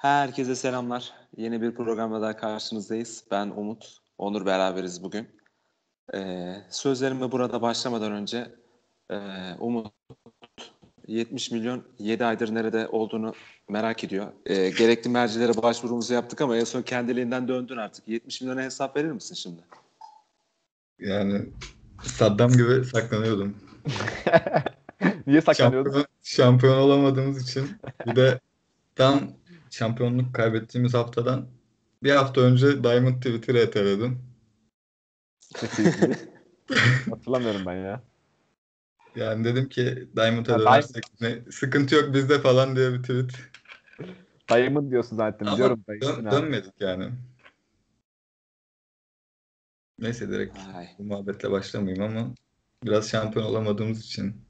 Herkese selamlar. Yeni bir programda daha karşınızdayız. Ben Umut, Onur beraberiz bugün. Sözlerime burada başlamadan önce Umut 70 milyon 7 aydır nerede olduğunu merak ediyor. Gerekli mercilere başvurumuzu yaptık ama en son kendiliğinden döndün artık. 70 milyona hesap verir misin şimdi? Yani Saddam gibi saklanıyordum. Niye saklanıyordun? Şampiyon olamadığımız için bir de tam şampiyonluk kaybettiğimiz haftadan bir hafta önce Diamond Twitter'ı eteledim. Hatırlamıyorum ben ya. Yani dedim ki Diamond'a Ha, dönersek sıkıntı yok bizde falan diye bir tweet. Dayımın diyorsun zaten. Ama Biliyorum dayımın abi. dönmedik yani. Neyse direkt bu muhabbetle başlamayayım ama biraz şampiyon olamadığımız için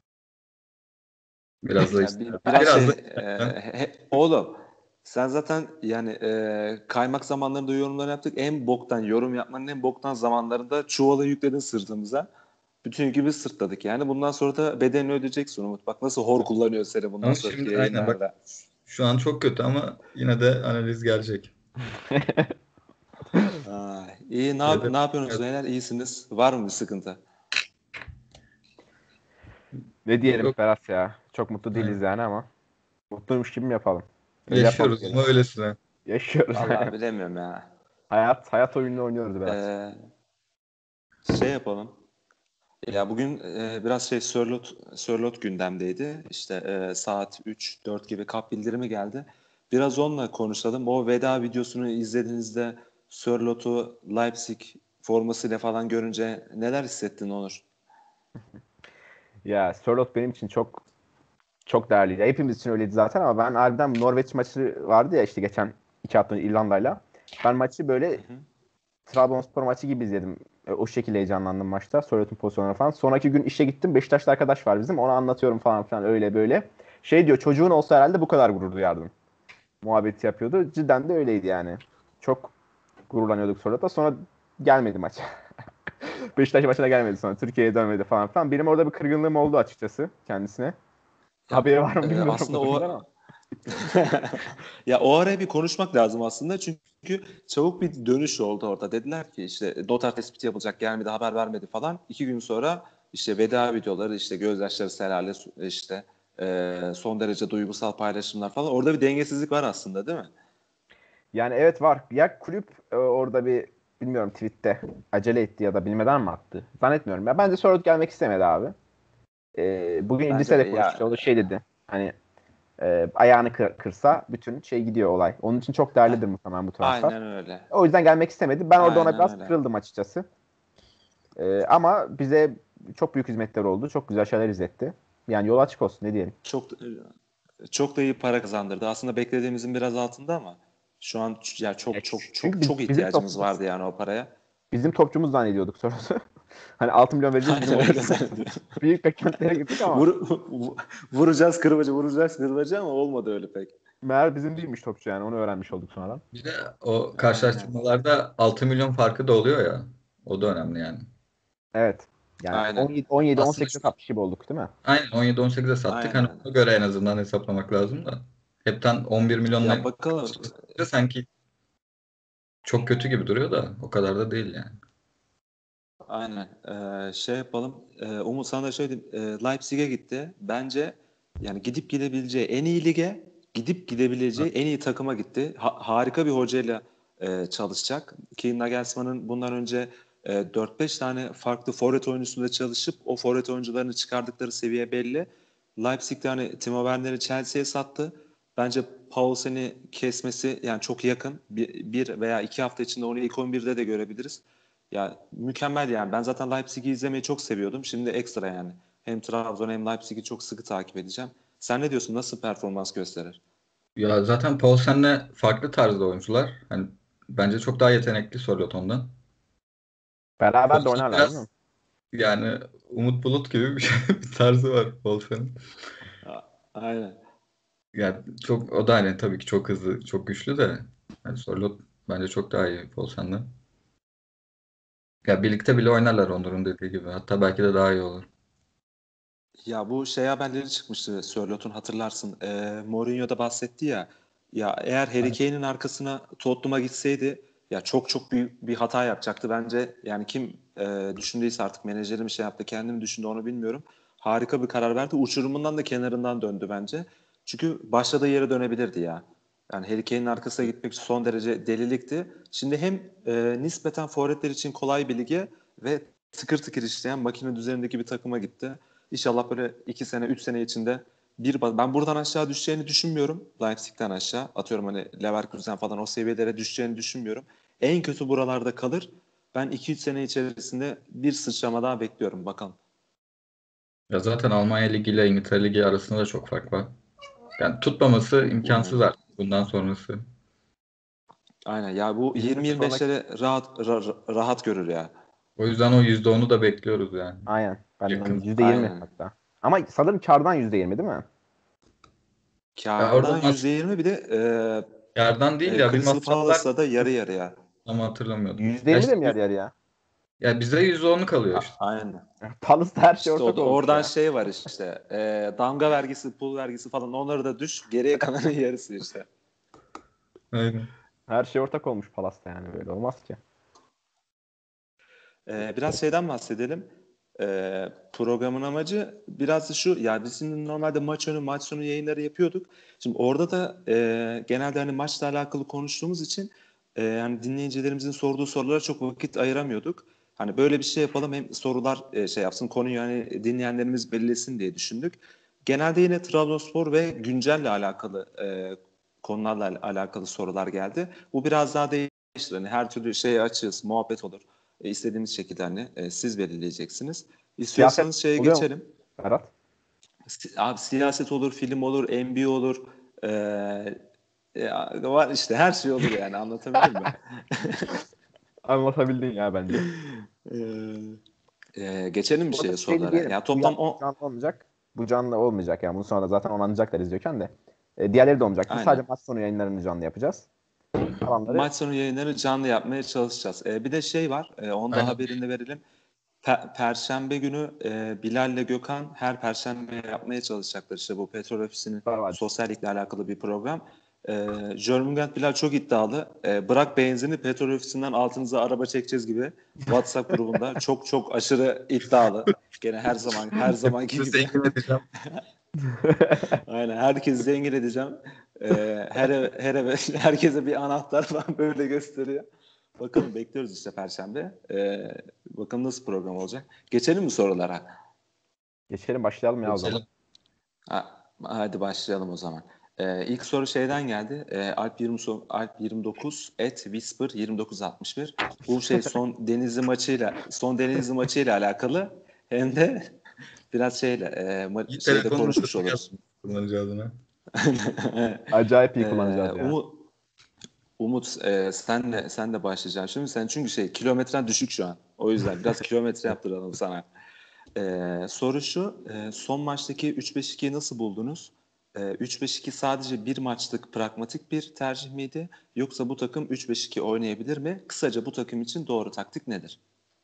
biraz da işte. Oğlum sen zaten yani kaymak zamanlarında yorumlar yaptık. En boktan yorum yapmanın en boktan zamanlarında çuvalı yükledin sırtımıza. Bütün gibi sırtladık yani. Bundan sonra da bedelini ödeyeceksin Umut. Bak nasıl hor kullanıyor seni bundan Ama sonraki şimdi aynen bak şu an çok kötü ama yine de analiz gelecek. İyi ne yapıyorsunuz beyler? İyisiniz. Var mı bir sıkıntı? Ne diyelim Yok. Ferhat ya. Çok mutlu değiliz yani ama. Mutluymuş gibi mi yapalım? Öyle Yaşıyoruz yapalım ama öylesine. Yaşıyoruz. Vallahi bilemiyorum ya. Hayat oyununu oynuyoruz biraz. Şey yapalım. Ya bugün biraz Sörloth gündemdeydi. İşte saat 3-4 gibi kap bildirimi geldi. Biraz onunla konuşalım. O veda videosunu izlediğinizde Sörloth'u Leipzig formasıyla falan görünce neler hissettin Onur? Ya Sörloth benim için çok çok değerliydi. Hepimiz için öyleydi zaten ama ben harbiden Norveç maçı vardı ya işte geçen 2 hafta önce İrlanda'yla. Ben maçı böyle Trabzonspor maçı gibi izledim. O şekilde heyecanlandım maçta. Sörloth'un pozisyonları falan. Sonraki gün işe gittim. Beşiktaşlı arkadaş var bizim. Ona anlatıyorum falan filan öyle böyle. Şey diyor çocuğun olsa herhalde bu kadar gurur duyardın. Muhabbeti yapıyordu. Cidden de öyleydi yani. Çok gururlanıyorduk Sörloth'la. Sonra gelmedi maç. Beşiktaş maçına gelmedi sonra. Türkiye'ye dönmedi falan filan. Benim orada bir kırgınlığım oldu açıkçası kendisine. Ya, Haberi var mı bilmiyorum aslında bu durumdan ama. Ya o araya bir konuşmak lazım aslında çünkü çabuk bir dönüş oldu orada. Dediler ki işte noter tespiti yapılacak gelmedi haber vermedi falan. 2 gün sonra işte veda videoları işte gözyaşları Serale işte son derece duygusal paylaşımlar falan. Orada bir dengesizlik var aslında değil mi? Yani evet var. Ya kulüp orada bir bilmiyorum tweette acele etti ya da bilmeden mi attı? Zannetmiyorum. Ya bence Sörloth gelmek istemedi abi. Bugün Bence İdris'e de de konuştuk. O da şey dedi. Hani ayağını kırsa bütün şey gidiyor olay. Onun için çok değerlidir muhtemelen bu transfer. aynen öyle. O yüzden gelmek istemedi. Ben orada ona Aynen biraz öyle. kırıldım açıkçası. Ama bize çok büyük hizmetler oldu. Çok güzel şeyler izletti. Yani yol açık olsun ne diyelim. Çok da iyi para kazandırdı. Aslında beklediğimizin biraz altında ama şu an ya Çünkü çok bizim ihtiyacımız vardı yani o paraya. bizim topçumuz zannediyorduk sonrası. Hani 6 milyon vereceğiz bizim Aynen öyle oyuncuya. zannediyorum. Büyük beklentilere gittik ama vuracağız kırbacı ama olmadı öyle pek. meğer bizim değilmiş topçu yani. Onu öğrenmiş olduk sonradan. Bir de o Aynen. karşılaştırmalarda 6 milyon farkı da oluyor ya. O da önemli yani. Evet. Yani Aynen. Aslında 17-18'e satmış gibi olduk değil mi? aynen 17-18'e sattık. Hani aynen. ona göre en azından hesaplamak lazım da. Hepten 11 milyonla Ya bakalım. sanki çok kötü gibi duruyor da o kadar da değil yani. Aynen. Şey yapalım. Umut sana da şöyle diyeyim. Leipzig'e gitti. Bence yani gidip gidebileceği en iyi lige, gidip gidebileceği en iyi takıma gitti. Harika bir hocayla çalışacak. Ki Nagelsmann'ın bundan önce 4-5 tane farklı forvet oyuncusuyla çalışıp o forvet oyuncularını çıkardıkları seviye belli. Leipzig'de hani Timo Werner'i Chelsea'ye sattı. Bence Paulsen'i kesmesi yani çok yakın. Bir veya 2 hafta içinde onu ilk 11'de de görebiliriz. Ya mükemmel yani. Ben zaten Leipzig'i izlemeyi çok seviyordum. Şimdi ekstra yani. Hem Trabzon hem Leipzig'i çok sıkı takip edeceğim. Sen ne diyorsun? Nasıl performans gösterir? Ya zaten Paulsen'le farklı tarzda oyuncular. Hani bence çok daha yetenekli Sörloth'tan. Beraber de Paulsen oynarlar değil mi? biraz yani Umut Bulut gibi bir tarzı var Paulsen'in. Aynen. Yani çok o da hani tabii ki çok hızlı, çok güçlü de yani Sörloth bence çok daha iyi Paulsen'den. Ya birlikte bile oynarlar Onur'un dediği gibi. Hatta belki de daha iyi olur. Ya bu şey haberleri çıkmıştı Sörloth'un hatırlarsın. Mourinho da bahsetti ya. Ya eğer Harry Kane'in arkasına Tottenham'a gitseydi ya çok çok büyük bir hata yapacaktı bence. Yani kim düşündüyse artık menajeri mi şey yaptı, kendi mi düşündü onu bilmiyorum. Harika bir karar verdi. Uçurumundan da kenarından döndü bence. Çünkü başladığı yere dönebilirdi ya. Yani Harry Kane'in arkasına gitmek son derece delilikti. Şimdi hem nispeten forvetler için kolay bir lige ve tıkır tıkır işleyen makine düzenindeki bir takıma gitti. İnşallah böyle 2 sene 3 sene içinde ben buradan aşağı düşeceğini düşünmüyorum. Leipzig'ten aşağı. Atıyorum hani Leverkusen falan o seviyelere düşeceğini düşünmüyorum. En kötü buralarda kalır. Ben 2-3 sene içerisinde bir sıçrama daha bekliyorum. Bakalım. Ya zaten Almanya Ligi ile İngiltere Ligi arasında da çok fark var. Yani tutmaması imkansız Hmm. artık bundan sonrası. Aynen ya, bu Bizim de sonraki 20-25'lere rahat görür ya. O yüzden o %10'u da bekliyoruz yani. aynen. Benden Yakın. %20 Aynen. hatta. Ama sanırım kardan %20 değil mi? Ya orada Kârdan %20, bir de yerden değil ya bir Crystal masraflar Palace'la da yarı yarıya. ama hatırlamıyordum. Ya %20 de işte, mi yarı yarıya? ya bize %10'u kalıyor işte. Aynen. Palace'da her şey İşte ortak olmuş oradan ya. şey var işte. Damga vergisi, pul vergisi falan, onları da düş. Geriye kalanın yarısı işte. Aynen. Her şey ortak olmuş Palace'da yani, böyle olmaz ki. Biraz şeyden bahsedelim. Programın amacı biraz da şu. Ya biz şimdi normalde maç önü maç sonu yayınları yapıyorduk. Şimdi orada da genelde hani maçla alakalı konuştuğumuz için yani dinleyicilerimizin sorduğu sorulara çok vakit ayıramıyorduk. Hani böyle bir şey yapalım, hem sorular şey yapsın, konuyu hani dinleyenlerimiz belirlesin diye düşündük. Genelde yine Trabzonspor ve güncelle alakalı konularla alakalı sorular geldi. Bu biraz daha değişti. Hani her türlü şeye açığız, muhabbet olur. İstediğimiz şekilde hani siz belirleyeceksiniz. Siyaset İstiyorsanız şeye oluyor mu geçelim. Berat? Abi siyaset olur, film olur, NBA olur. Var işte, her şey olur yani, anlatabildim mi? Anlatabildin ya bence. Geçelim bir Bu arada şeye, şey de sorulara. diyelim. Ya Bu toplam yaptığımız 10. canlı olmayacak. Bu canlı olmayacak yani. Bunu sonra da zaten onlanacaklar izliyorken de. Diğerleri de olmayacaktır. Aynen. Sadece maç sonu yayınlarını canlı yapacağız. Kalanları Maç sonu yayınları canlı yapmaya çalışacağız. Bir de şey var, onu da Aynen. haberini verelim. Perşembe günü Bilal ile Gökhan her Perşembe yapmaya çalışacaklar. İşte bu Petrol Ofisi'nin var var. sosyallikle alakalı bir program. Jörmungand Bilal çok iddialı. Bırak benzini, Petrol Ofisi'nden altınıza araba çekeceğiz gibi WhatsApp grubunda çok çok aşırı iddialı. Gene her zamanki Hepimizi gibi. zengin edeceğim. Aynen, herkesi zengin edeceğim. Herkese bir anahtar falan böyle gösteriyor. Bakalım, bekliyoruz işte Perşembe. Bakalım nasıl program olacak. Geçelim mi sorulara? Geçelim, başlayalım ya o zaman. Geçelim. Hadi başlayalım o zaman. İlk soru şeyden geldi. Alp 29 @whisper 2961. Bu şey son Denizli maçıyla alakalı, hem de biraz İyi şeyde telefon konuşmuş numarası oluruz. yazdım kullanıcı adına. Acayip iyi kullanacağız ya. Umut, sen de başlayacaksın şimdi. Sen çünkü kilometren düşük şu an. O yüzden biraz kilometre yaptıralım sana. Soru şu. Son maçtaki 3-5-2'yi nasıl buldunuz? 3-5-2 sadece bir maçlık pragmatik bir tercih miydi? Yoksa bu takım 3-5-2 oynayabilir mi? Kısaca bu takım için doğru taktik nedir?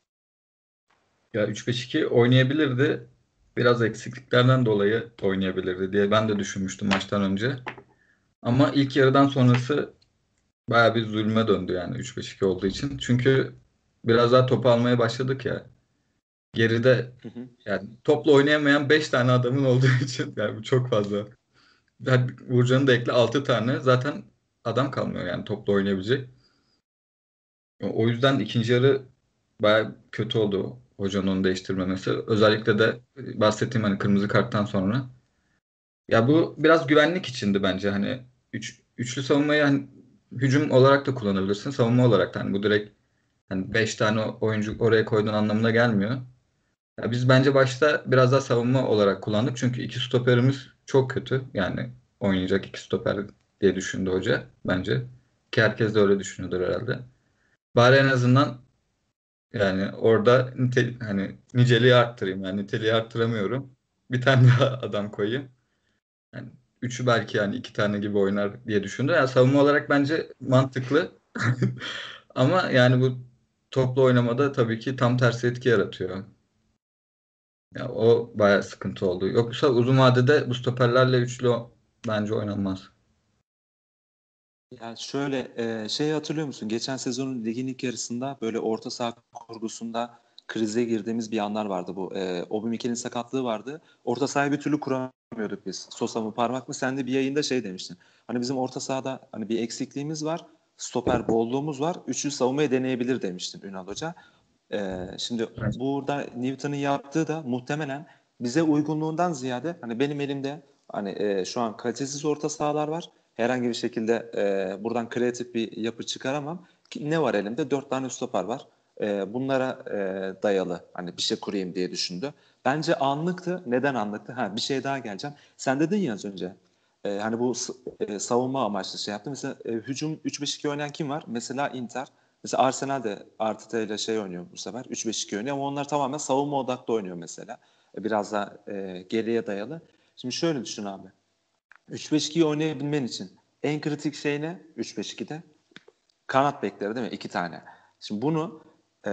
Ya 3-5-2 oynayabilirdi. Biraz eksikliklerden dolayı oynayabilirdi diye ben de düşünmüştüm maçtan önce. Ama ilk yarıdan sonrası bayağı bir zulme döndü yani 3-5-2 olduğu için. Çünkü biraz daha topu almaya başladık ya. Geride Hı hı. yani topla oynayamayan 5 tane adamın olduğu için yani bu çok fazla. Hadi Uğurcan'ı da ekle 6 tane zaten adam kalmıyor yani topla oynayabilecek. O yüzden ikinci yarı bayağı kötü oldu hocanın onu değiştirmemesi. Özellikle de bahsettiğim hani kırmızı karttan sonra. Ya bu biraz güvenlik içindi bence hani üçlü savunmayı hani hücum olarak da kullanabilirsin. Savunma olarak da hani bu direkt hani 5 tane oyuncu oraya koyduğun anlamına gelmiyor. Ya biz bence başta biraz daha savunma olarak kullandık. Çünkü iki stoperimiz çok kötü. Yani oynayacak iki stoper diye düşündü hoca bence. Ki herkes de öyle düşünüyordur herhalde. Bari en azından yani orada hani niceliği arttırayım. Yani niteliği arttıramıyorum. Bir tane daha adam koyayım. Yani üçü belki yani iki tane gibi oynar diye düşündü. Yani savunma olarak bence mantıklı. Ama yani bu toplu oynamada tabii ki tam tersi etki yaratıyor. Ya o bayağı sıkıntı oldu. Yoksa uzun vadede bu stoperlerle üçlü bence oynanmaz. Yani şöyle hatırlıyor musun? Geçen sezonun ligin ilk yarısında böyle orta saha kurgusunda krize girdiğimiz bir anlar vardı bu. Aubameyang'in sakatlığı vardı. Orta sahayı bir türlü kuramıyorduk biz. Sosa mı Parmak mı? Sen de bir yayında demiştin. Hani bizim orta sahada hani bir eksikliğimiz var. Stoper bolluğumuz var. Üçlü savunmayı deneyebilir demiştin Ünal Hoca. Şimdi Evet. burada Newton'un yaptığı da muhtemelen bize uygunluğundan ziyade hani benim elimde hani şu an kalitesiz orta sahalar var. Herhangi bir şekilde buradan kreatif bir yapı çıkaramam. Ne var elimde? 4 tane stoper var. Bunlara dayalı hani bir şey kurayım diye düşündü. Bence anlıktı. Neden anlıktı? Bir şey daha geleceğim. Sen dedin ya az önce. Hani bu savunma amaçlı şey yaptı. Mesela hücum 3-5-2 oynayan kim var? Mesela Inter. Mesela Arsenal de Arteta ile oynuyor bu sefer. 3-5-2 oynuyor ama onlar tamamen savunma odaklı oynuyor mesela. Biraz daha geriye dayalı. Şimdi şöyle düşün abi. 3-5-2'yi oynayabilmen için en kritik şey ne? 3-5-2'de kanat bekleri değil mi? 2 tane. Şimdi bunu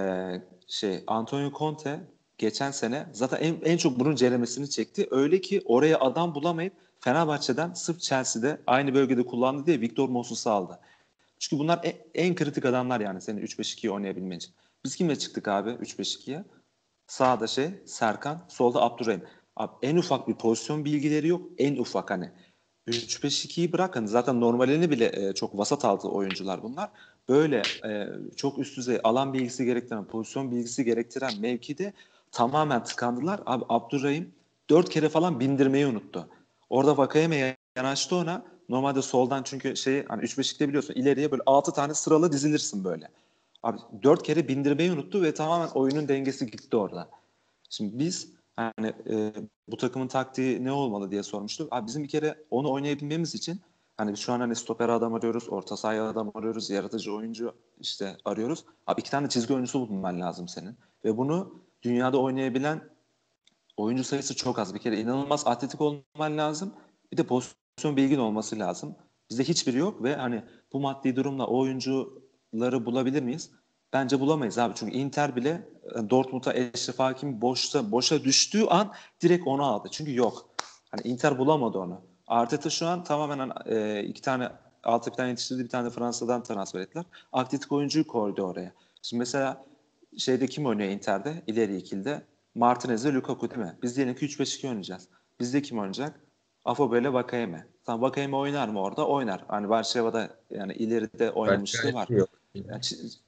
Antonio Conte geçen sene zaten en çok bunun ceremesini çekti. Öyle ki oraya adam bulamayıp Fenerbahçe'den sırf Chelsea'de aynı bölgede kullandı diye Victor Moses'u aldı. Çünkü bunlar en kritik adamlar yani senin 3-5-2'yi oynayabilmen için. Biz kimle çıktık abi 3-5-2'ye? Sağda Serkan, solda Abdurrahim. Abi en ufak bir pozisyon bilgileri yok. En ufak hani. 3-5-2'yi bırakın. Zaten normalini bile çok vasat altı oyuncular bunlar. Böyle çok üst düzey alan bilgisi gerektiren, pozisyon bilgisi gerektiren mevkide tamamen tıkandılar. Abi Abdurrahim 4 kere falan bindirmeyi unuttu. Orada Vakayeme yanaştı ona. Normalde soldan çünkü hani 3-5'likte biliyorsun ileriye böyle 6 tane sıralı dizilirsin böyle. Abi 4 kere bindirmeyi unuttu ve tamamen oyunun dengesi gitti orada. Şimdi biz hani bu takımın taktiği ne olmalı diye sormuştuk. Abi bizim bir kere onu oynayabilmemiz için hani şu an hani stoper adam arıyoruz, orta sahaya adam arıyoruz, yaratıcı oyuncu arıyoruz. Abi 2 tane çizgi oyuncusu bulman lazım senin. Ve bunu dünyada oynayabilen oyuncu sayısı çok az. Bir kere inanılmaz atletik olman lazım. Bir de pozisyon bilgin olması lazım. Bizde hiçbiri yok ve hani bu maddi durumla o oyuncuları bulabilir miyiz? Bence bulamayız abi. Çünkü Inter bile Dortmund'a Eşref Hakimi boşa düştüğü an direkt onu aldı. Çünkü yok. Hani Inter bulamadı onu. Arteta şu an tamamen 2 tane altyapıdan yetiştirdiği bir tane de Fransa'dan transfer ettiler. Aktif oyuncuyu koydu oraya. Şimdi mesela kim oynuyor Inter'de? İleri ikilide. Martinez ve Lukaku değil mi? Biz diyelim ki 3-5-2 oynayacağız. Bizde kim oynayacak? Afobe ile Vakayeme. Tamam Vakayeme oynar mı orada? Oynar. Hani Varşova'da yani ileride Belki oynamışlığı gayet var. iyi olur. Yani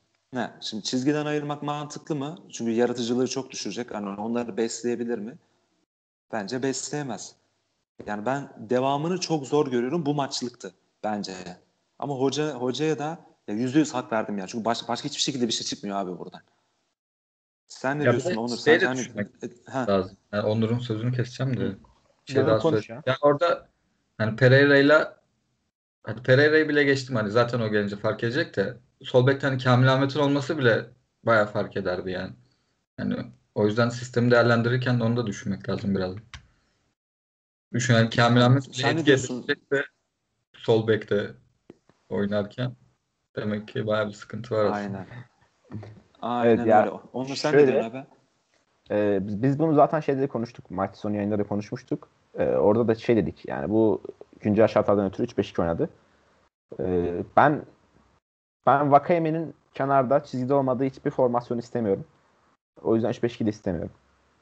Şimdi çizgiden ayırmak mantıklı mı? Çünkü yaratıcılığı çok düşecek. Hani onları besleyebilir mi? Bence besleyemez. Yani ben devamını çok zor görüyorum. Bu maçlıktı bence. Ama hocaya da %100 hak verdim ya. Çünkü başka hiçbir şekilde bir şey çıkmıyor abi buradan. Sen ne Ya bir diyorsun de Onur? şey Sence de hani düşünmek ha lazım. Yani Onur'un sözünü keseceğim de hı, bir şey Yo, daha konuş söyleyeyim. ya. Yani orada hani hadi Pereira'yı bile geçtim hani zaten o gelince fark edecek de sol bekte hani Kamil Ahmet'in olması bile bayağı fark ederdi yani. Yani o yüzden sistemi değerlendirirken de onu da düşünmek lazım biraz. Düşün yani Kamil yani Ahmet bile sen ne etki diyorsun? edecek de sol bekte oynarken demek ki bayağı bir sıkıntı var aslında. Aynen. Evet Aynen ya, öyle. Onur sen ne diyorsun şöyle abi? biz bunu zaten şeyde de konuştuk. Maç sonu yayınlarda konuşmuştuk. Orada da şey dedik yani bu güncel şartlardan ötürü 3-5-2 oynadı. Ben Vakayeme'nin kenarda çizgide olmadığı hiçbir formasyon istemiyorum. O yüzden 3-5-2 de istemiyorum.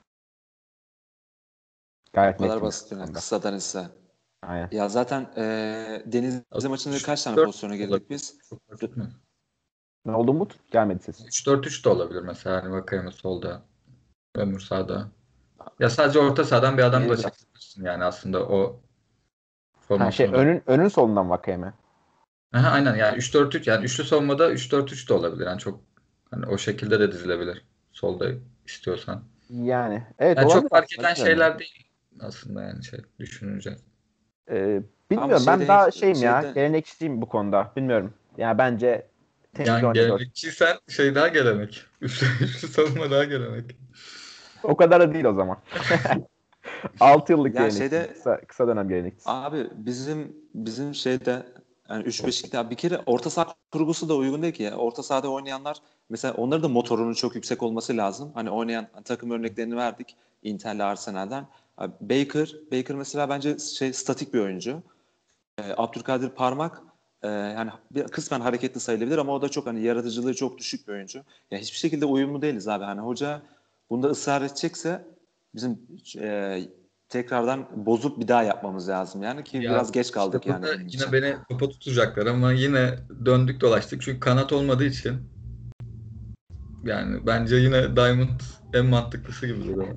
O Gayet kadar netim basit bu yani konuda. kısadan ise. Aynen. Ya zaten Denizli maçında kaç tane 3-4 pozisyona girdik olabilir. biz? Çok fark etmez. Ne oldu Umut? Gelmedi ses. 3-4-3 de olabilir mesela. Hani Vakayeme solda, Ömür sağda. Ya sadece orta sahadan bir adam Yeni da biraz. çekebilirsin yani aslında o Ha şey formasyonu da. önün solundan Vakayeme. Aha, aynen yani 3-4-3 yani üçlü savunmada 3-4-3 de olabilir. Yani çok hani o şekilde de dizilebilir. Solda istiyorsan. Yani evet Yani çok olabilir fark aslında eden bilmiyorum ya. şeyler değil aslında yani düşününce. Ama Bilmiyorum ben şeyde daha şeyim ya şeyde gelenekçiyim bu konuda. Bilmiyorum. Yani bence temiz Yani oynadı. gelenekçiysen şey daha gelenek. Üçlü savunma daha gelenek. O kadar da değil o zaman. 6 yıllık ya gelenekçiyim. şeyde Kısa dönem gelenekçisi. abi bizim yani 3-5-2 bir kere orta saha kurgusu da uygun değil ki ya. Orta sahada oynayanlar mesela onların da motorunun çok yüksek olması lazım. Hani oynayan takım örneklerini verdik Inter'le Arsenal'den. Abi Baker mesela bence statik bir oyuncu. Abdülkadir Parmak yani bir kısmen hareketli sayılabilir ama o da çok hani yaratıcılığı çok düşük bir oyuncu. Ya hiçbir şekilde uyumlu değiliz abi. Hani hoca bunda ısrar edecekse bizim tekrardan bozup bir daha yapmamız lazım yani ki Ya biraz geç işte kaldık yani burada bunun yine için. beni topa tutacaklar ama yine döndük dolaştık. Çünkü kanat olmadığı için yani bence yine Diamond en mantıklısı gibi duruyor.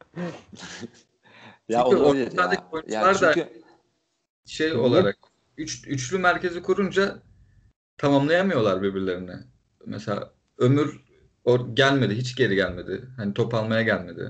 Ya Çünkü orta olabilir sahadaki ya. Ya oyuncular da çünkü şey Niye? olarak üçlü merkezi kurunca tamamlayamıyorlar birbirlerini. Mesela Ömür gelmedi, hiç geri gelmedi. Hani top almaya gelmedi.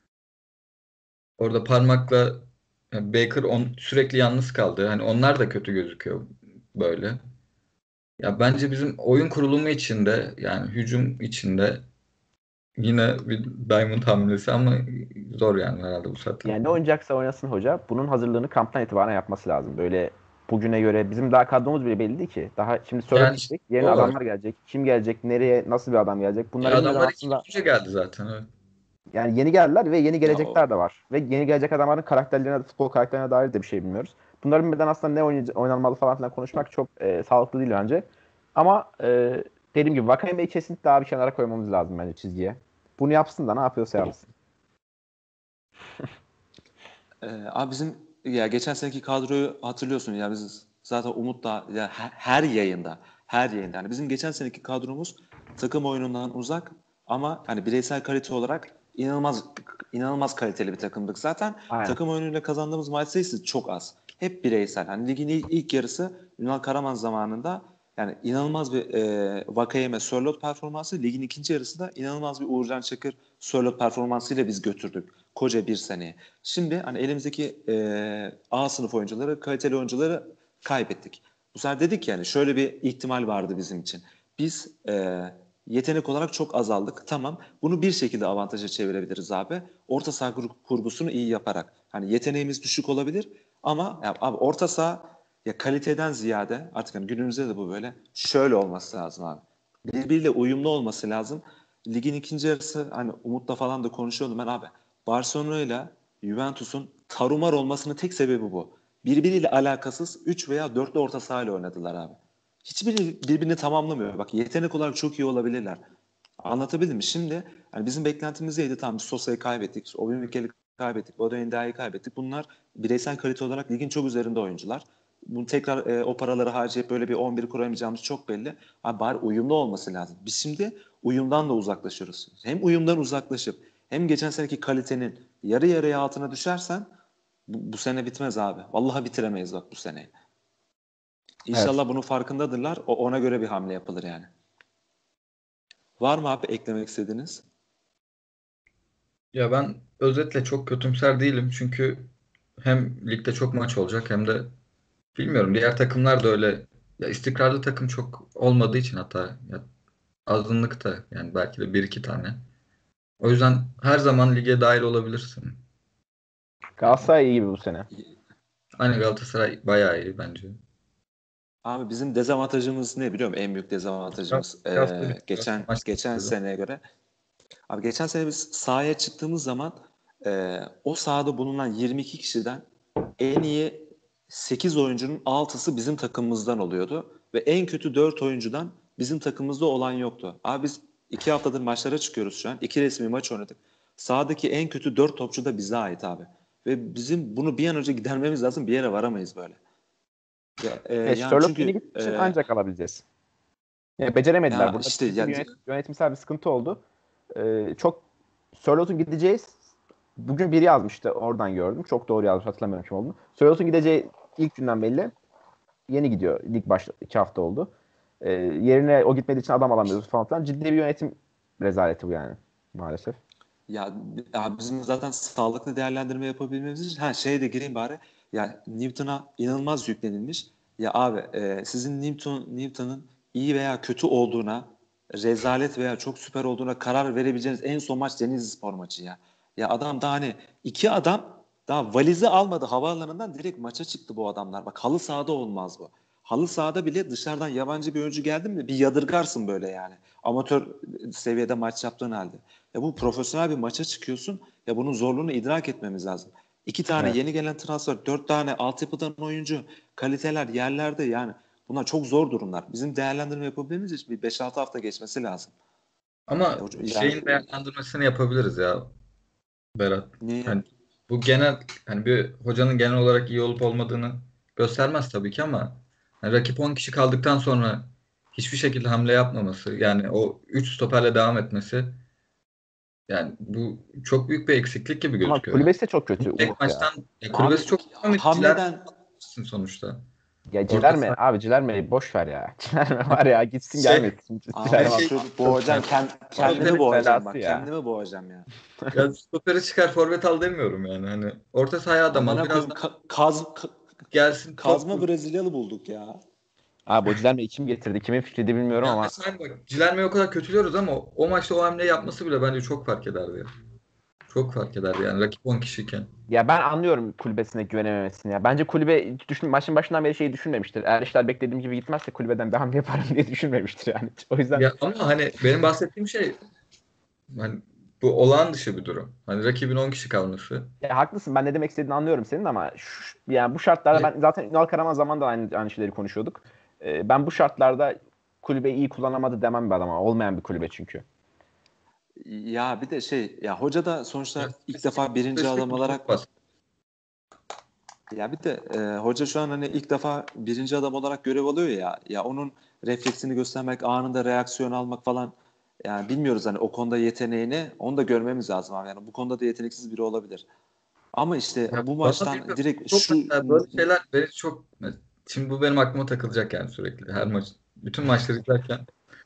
Orada parmakla yani Baker sürekli yalnız kaldı. Hani onlar da kötü gözüküyor böyle. Ya bence bizim oyun kurulumu içinde yani hücum içinde yine bir Diamond hamlesi ama zor yani herhalde bu saatten Yani ne sonra. oynayacaksa oynasın hoca. Bunun hazırlığını kamptan itibaren yapması lazım. Böyle bugüne göre bizim daha kadromuz bile belli değil ki. Daha şimdi Sörloth Yani işte gidecek. Yerine o var. adamlar gelecek. Kim gelecek? Nereye? Nasıl bir adam gelecek? Bunları bilmeden Adamlar iki gün aslında önce geldi zaten. Evet. yani yeni geldiler ve yeni ya gelecekler de var. Ve yeni gelecek adamların karakterlerine, futbol karakterine dair de bir şey bilmiyoruz. Bunları bilmeden aslında ne oynanmalı falan filan konuşmak çok sağlıklı değil bence. Ama dediğim gibi Vakayeme'yi kesinlikle daha bir kenara koymamız lazım bence çizgiye. Bunu yapsın da ne yapıyorsa yapsın. abi bizim ya geçen seneki kadroyu hatırlıyorsun ya biz zaten Umut'la ya her yayında yani bizim geçen seneki kadromuz takım oyunundan uzak ama hani bireysel kalite olarak inanılmaz kaliteli bir takımdık. Zaten Aynen. takım oyunuyla kazandığımız maç sayısı çok az. Hep bireysel. Hani ligin ilk yarısı Ünal Karaman zamanında yani inanılmaz bir Vakayeme Sörloth performansı. Ligin ikinci yarısında inanılmaz bir Uğurcan Çakır Sörloth performansıyla biz götürdük. Koca bir seneye. Şimdi hani elimizdeki A sınıf oyuncuları, kaliteli oyuncuları kaybettik. Bu sefer dedik yani şöyle bir ihtimal vardı bizim için. Biz yetenek olarak çok azaldık. Tamam. Bunu bir şekilde avantaja çevirebiliriz abi. Orta saha kurgusunu iyi yaparak. Hani yeteneğimiz düşük olabilir ama ya abi orta saha ya kaliteden ziyade artık hani günümüzde de bu böyle şöyle olması lazım abi. Birbiriyle uyumlu olması lazım. Ligin ikinci yarısı hani Umut'la falan da konuşuyordum ben abi. Barcelona ile Juventus'un tarumar olmasının tek sebebi bu. Birbiriyle alakasız 3 veya 4'lü orta sahayla oynadılar abi. Hiçbiri birbirini tamamlamıyor. Bak yetenek olarak çok iyi olabilirler. Anlatabildim mi? Şimdi yani bizim beklentimiz neydi? Tamam biz Sosa'yı kaybettik. Obamikel'i kaybettik. Bodo Ndiaye'yi kaybettik. Bunlar bireysel kalite olarak ligin çok üzerinde oyuncular. Bunu tekrar o paraları harcayıp böyle bir 11 kuramayacağımız çok belli. Abi bari uyumlu olması lazım. Biz şimdi uyumdan da uzaklaşıyoruz. Hem uyumdan uzaklaşıp hem geçen seneki kalitenin yarı yarıya altına düşersen bu sene bitmez abi. Vallahi bitiremeyiz bak bu seneyi. Evet. İnşallah bunun farkındadırlar. Ona göre bir hamle yapılır yani. Var mı abi eklemek istediğiniz? Ya ben özetle çok kötümser değilim çünkü hem ligde çok maç olacak hem de bilmiyorum diğer takımlar da öyle ya istikrarlı takım çok olmadığı için hatta ya azınlıkta yani belki de bir iki tane. O yüzden her zaman lige dahil olabilirsin. Yani Galatasaray iyi gibi bu sene. hani Galatasaray bayağı iyi bence. Abi bizim dezavantajımız ne biliyor musun? En büyük dezavantajımız Bir hafta bir geçen maç geçen dedi. seneye göre. Abi geçen sene biz sahaya çıktığımız zaman o sahada bulunan 22 kişiden en iyi 8 oyuncunun 6'sı bizim takımımızdan oluyordu. Ve en kötü 4 oyuncudan bizim takımımızda olan yoktu. Abi biz 2 haftadır maçlara çıkıyoruz şu an. 2 resmi maç oynadık. Sahadaki en kötü 4 topçu da bize ait abi. Ve bizim bunu bir an önce gidermemiz lazım. Bir yere varamayız böyle. Ya, yani Sherlock yeni çünkü gittiği için ancak alabileceğiz. Yani beceremediler. ya Burada işte ciddi ya bir yönetimsel bir sıkıntı oldu. Çok Sörloth'un gideceği bugün biri yazmıştı. Oradan gördüm. Çok doğru yazmış. Hatırlamıyorum kim olduğunu. Sörloth'un gideceği ilk günden belli. Yeni gidiyor. Lig başladı. 2 hafta oldu. Yerine o gitmediği için adam alamıyoruz falan filan. Ciddi bir yönetim rezaleti bu yani. Maalesef. ya bizim zaten sağlıklı değerlendirme yapabilmemiz için şey de gireyim bari. Ya Newton'a inanılmaz yüklenilmiş. Ya abi sizin Newton'un iyi veya kötü olduğuna, rezalet veya çok süper olduğuna karar verebileceğiniz en son maç Denizlispor maçı ya. Ya adam daha hani iki adam daha valizi almadı havaalanından direkt maça çıktı bu adamlar. Bak halı sahada olmaz bu. Halı sahada bile dışarıdan yabancı bir oyuncu geldi mi bir yadırgarsın böyle yani. Amatör seviyede maç yaptığın halde. Ya bu profesyonel bir maça çıkıyorsun. Ya bunun zorluğunu idrak etmemiz lazım. 2 tane Evet. yeni gelen transfer, 4 tane altyapıdan oyuncu, kaliteler yerlerde yani Bunlar çok zor durumlar. Bizim değerlendirme yapabilmemiz için bir 5-6 hafta geçmesi lazım. Ama Yani, şeyin değerlendirmesini yapabiliriz ya Berat. niye? Hani bu genel, hani bir hocanın genel olarak iyi olup olmadığını göstermez tabii ki ama hani rakip 10 kişi kaldıktan sonra hiçbir şekilde hamle yapmaması, yani o 3 stoperle devam etmesi, yani bu çok büyük bir eksiklik gibi Ama gözüküyor yani. kulübesi de çok kötü Tek Umut ya. maçtan kulübesi çok Hamleden sonuçta. Ya Orta Cilerme saha abi, Cilerme'yi boş ver ya. Cilerme var ya, gitsin şey gelmesin. abi Cilerme şey boğacağım. Kendimi Stoper'i boğacağım belası bak. ya. Kendimi boğacağım ya. ya stoperi çıkar forvet al demiyorum yani. Hani orta sahaya adam al. Amına Biraz koyayım da gelsin top kazma kur. Brezilyalı bulduk ya. Abi o Cilermeyi kim getirdi? Kimin fikriydi bilmiyorum Ya ama mesela bak Cilerme'yi o kadar kötülüyoruz ama o maçta o hamleyi yapması bile bence çok fark ederdi ya. Çok fark ederdi yani rakip 10 kişiyken. ya ben anlıyorum kulübesine güvenememesini ya. Bence kulübe maçın başından beri şeyi düşünmemiştir. Eğer işler beklediğim gibi gitmezse kulübeden bir hamle yaparım diye düşünmemiştir yani. O yüzden Ya ama hani benim bahsettiğim şey hani bu olağan dışı bir durum. Hani rakibin 10 kişi kalması. ya haklısın, ben ne demek istediğini anlıyorum senin ama yani bu şartlarda Ve ben zaten Ünal Karaman zamanında aynı şeyleri konuşuyorduk. Ben bu şartlarda kulübeyi iyi kullanamadı demem bir adama. Olmayan bir kulübe çünkü. Ya bir de ya hoca da sonuçta ilk defa birinci spesifik adam bir durum olarak var. ya bir de hoca şu an hani ilk defa birinci adam olarak görev alıyor ya onun refleksini göstermek, anında reaksiyon almak falan, yani bilmiyoruz hani o konuda yeteneğini, onu da görmemiz lazım abi. Yani bu konuda da yeteneksiz biri olabilir. Ama işte Ya bu bana maçtan bilmiyorum. direkt Çok mesela böyle şeyler beni çok, şimdi bu benim aklıma takılacak yani sürekli her maç. Bütün maçları izlerken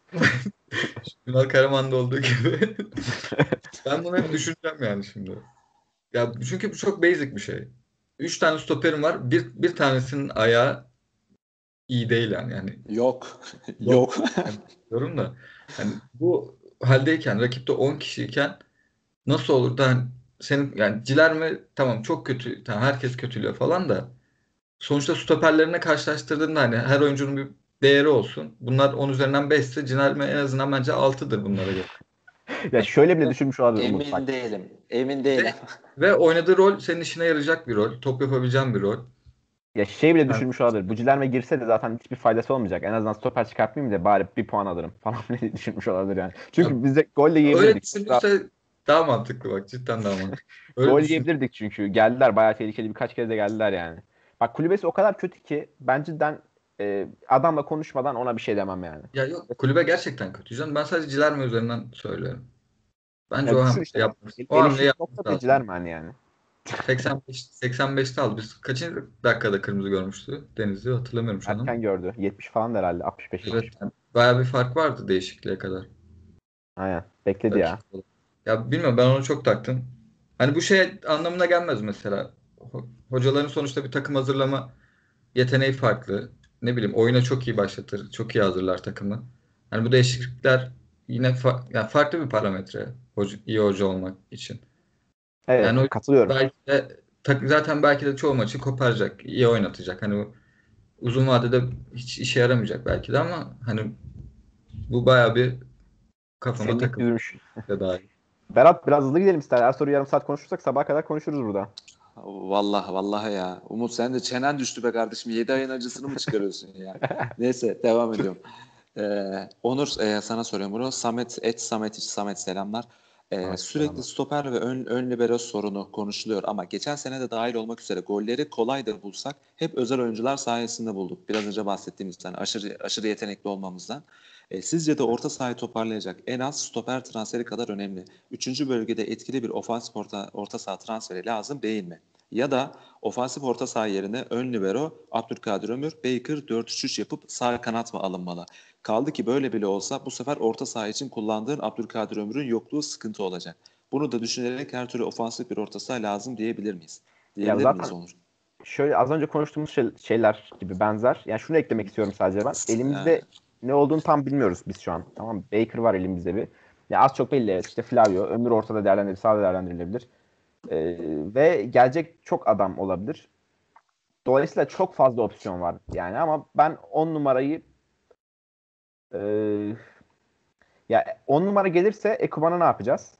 Ünal Karaman'da olduğu gibi ben bunu hep düşüneceğim yani şimdi. Ya çünkü bu çok basic bir şey. 3 tane stoperim var. Bir tanesinin ayağı iyi değil yani. Yani yok yok. yok. Yani diyorum da hani bu haldeyken rakipte 10 kişiyken nasıl olur da hani senin yani Cilerme tamam çok kötü. Tamam herkes kötülüyor falan da sonuçta stoperlerine karşılaştırdığında hani her oyuncunun bir değeri olsun. Bunlar 10 üzerinden 5 ise Cilerme en azından bence 6'dır bunlara göre. Ya şöyle bile düşünmüş olabilir Umut bak. Emin değilim. Emin Ve, değilim. ve oynadığı rol senin işine yarayacak bir rol. Top yapabileceğin bir rol. Ya şey bile Yani düşünmüş olabilir. Bu Cilerme girse de zaten hiçbir faydası olmayacak. En azından stoper çıkartmayayım da bari bir puan alırım falan bile düşünmüş olabilir yani. ya, Çünkü biz de gol de öyle yiyebilirdik. düşünürse daha mantıklı bak. Cidden daha mantıklı. Öyle Gol düşün. yiyebilirdik çünkü. Geldiler, bayağı tehlikeli birkaç kere de geldiler yani. Bak kulübesi o kadar kötü ki bence adamla konuşmadan ona bir şey demem yani. Ya yok kulübe gerçekten kötü canım. Ben sadece Cilerme üzerinden söylüyorum. Bence Ya o düşün hamle işte bak. yapması. O hamle Eleştiri yapması nokta bile lazım. Cilerme yani. 85'te aldı. Biz kaçıncı dakikada kırmızı görmüştü Denizli hatırlamıyorum şu an. Erken gördü. 70 falan da herhalde. 65-70. Evet. Yani bayağı bir fark vardı değişikliğe kadar. Aynen. Bekledi ya. Dakika. Ya bilmiyorum ben onu çok taktım. Hani bu şey anlamına gelmez mesela. Hocaların sonuçta bir takım hazırlama yeteneği farklı. Ne bileyim oyuna çok iyi başlatır. Çok iyi hazırlar takımı. Hani bu değişiklikler yine yani farklı bir parametre iyi hoca olmak için. Yani o Evet, katılıyorum. belki de zaten belki de çoğu maçı koparacak, iyi oynatacak. Hani uzun vadede hiç işe yaramayacak belki de ama hani bu bayağı bir kafama Senlik takıldı yüzmüş. da dahil. Berat biraz hızlı gidelim ister. Her soru yarım saat konuşursak sabaha kadar konuşuruz burada. Vallahi vallahi ya. Umut sen de çenen düştü be kardeşim. 7 ayın acısını mı çıkarıyorsun ya? Neyse devam ediyorum. Onur, sana soruyorum bunu. Samet selamlar. Sürekli Selamlar. stoper ve ön libero sorunu konuşuluyor ama geçen sene de dahil olmak üzere golleri kolay da bulsak hep özel oyuncular sayesinde bulduk. Biraz önce bahsettiğimizden aşırı yetenekli olmamızdan. Sizce de orta sahayı toparlayacak en az stoper transferi kadar önemli. Üçüncü bölgede etkili bir ofansif orta saha transferi lazım değil mi? Ya da ofansif orta saha yerine ön libero Abdülkadir Ömür, Baker 4-3-3 yapıp sağ kanat mı alınmalı? Kaldı ki böyle bile olsa bu sefer orta saha için kullandığın Abdülkadir Ömür'ün yokluğu sıkıntı olacak. Bunu da düşünerek her türlü ofansif bir orta saha lazım diyebilir miyiz? Ya Diyebilir miyiz zaten Onur? şöyle az önce konuştuğumuz şeyler gibi benzer. Yani şunu eklemek istiyorum sadece ben. Ee, Elimizde ne olduğunu tam bilmiyoruz biz şu an. Tamam mı? Baker var elimizde bir. Ya az çok belli, evet. İşte Flavio, Ömür ortada değerlendirilebilir, sağda değerlendirilebilir. Ve gelecek çok adam olabilir. Dolayısıyla çok fazla opsiyon var yani ama ben 10 numarayı e, ya 10 numara gelirse Ekuban'a ne yapacağız?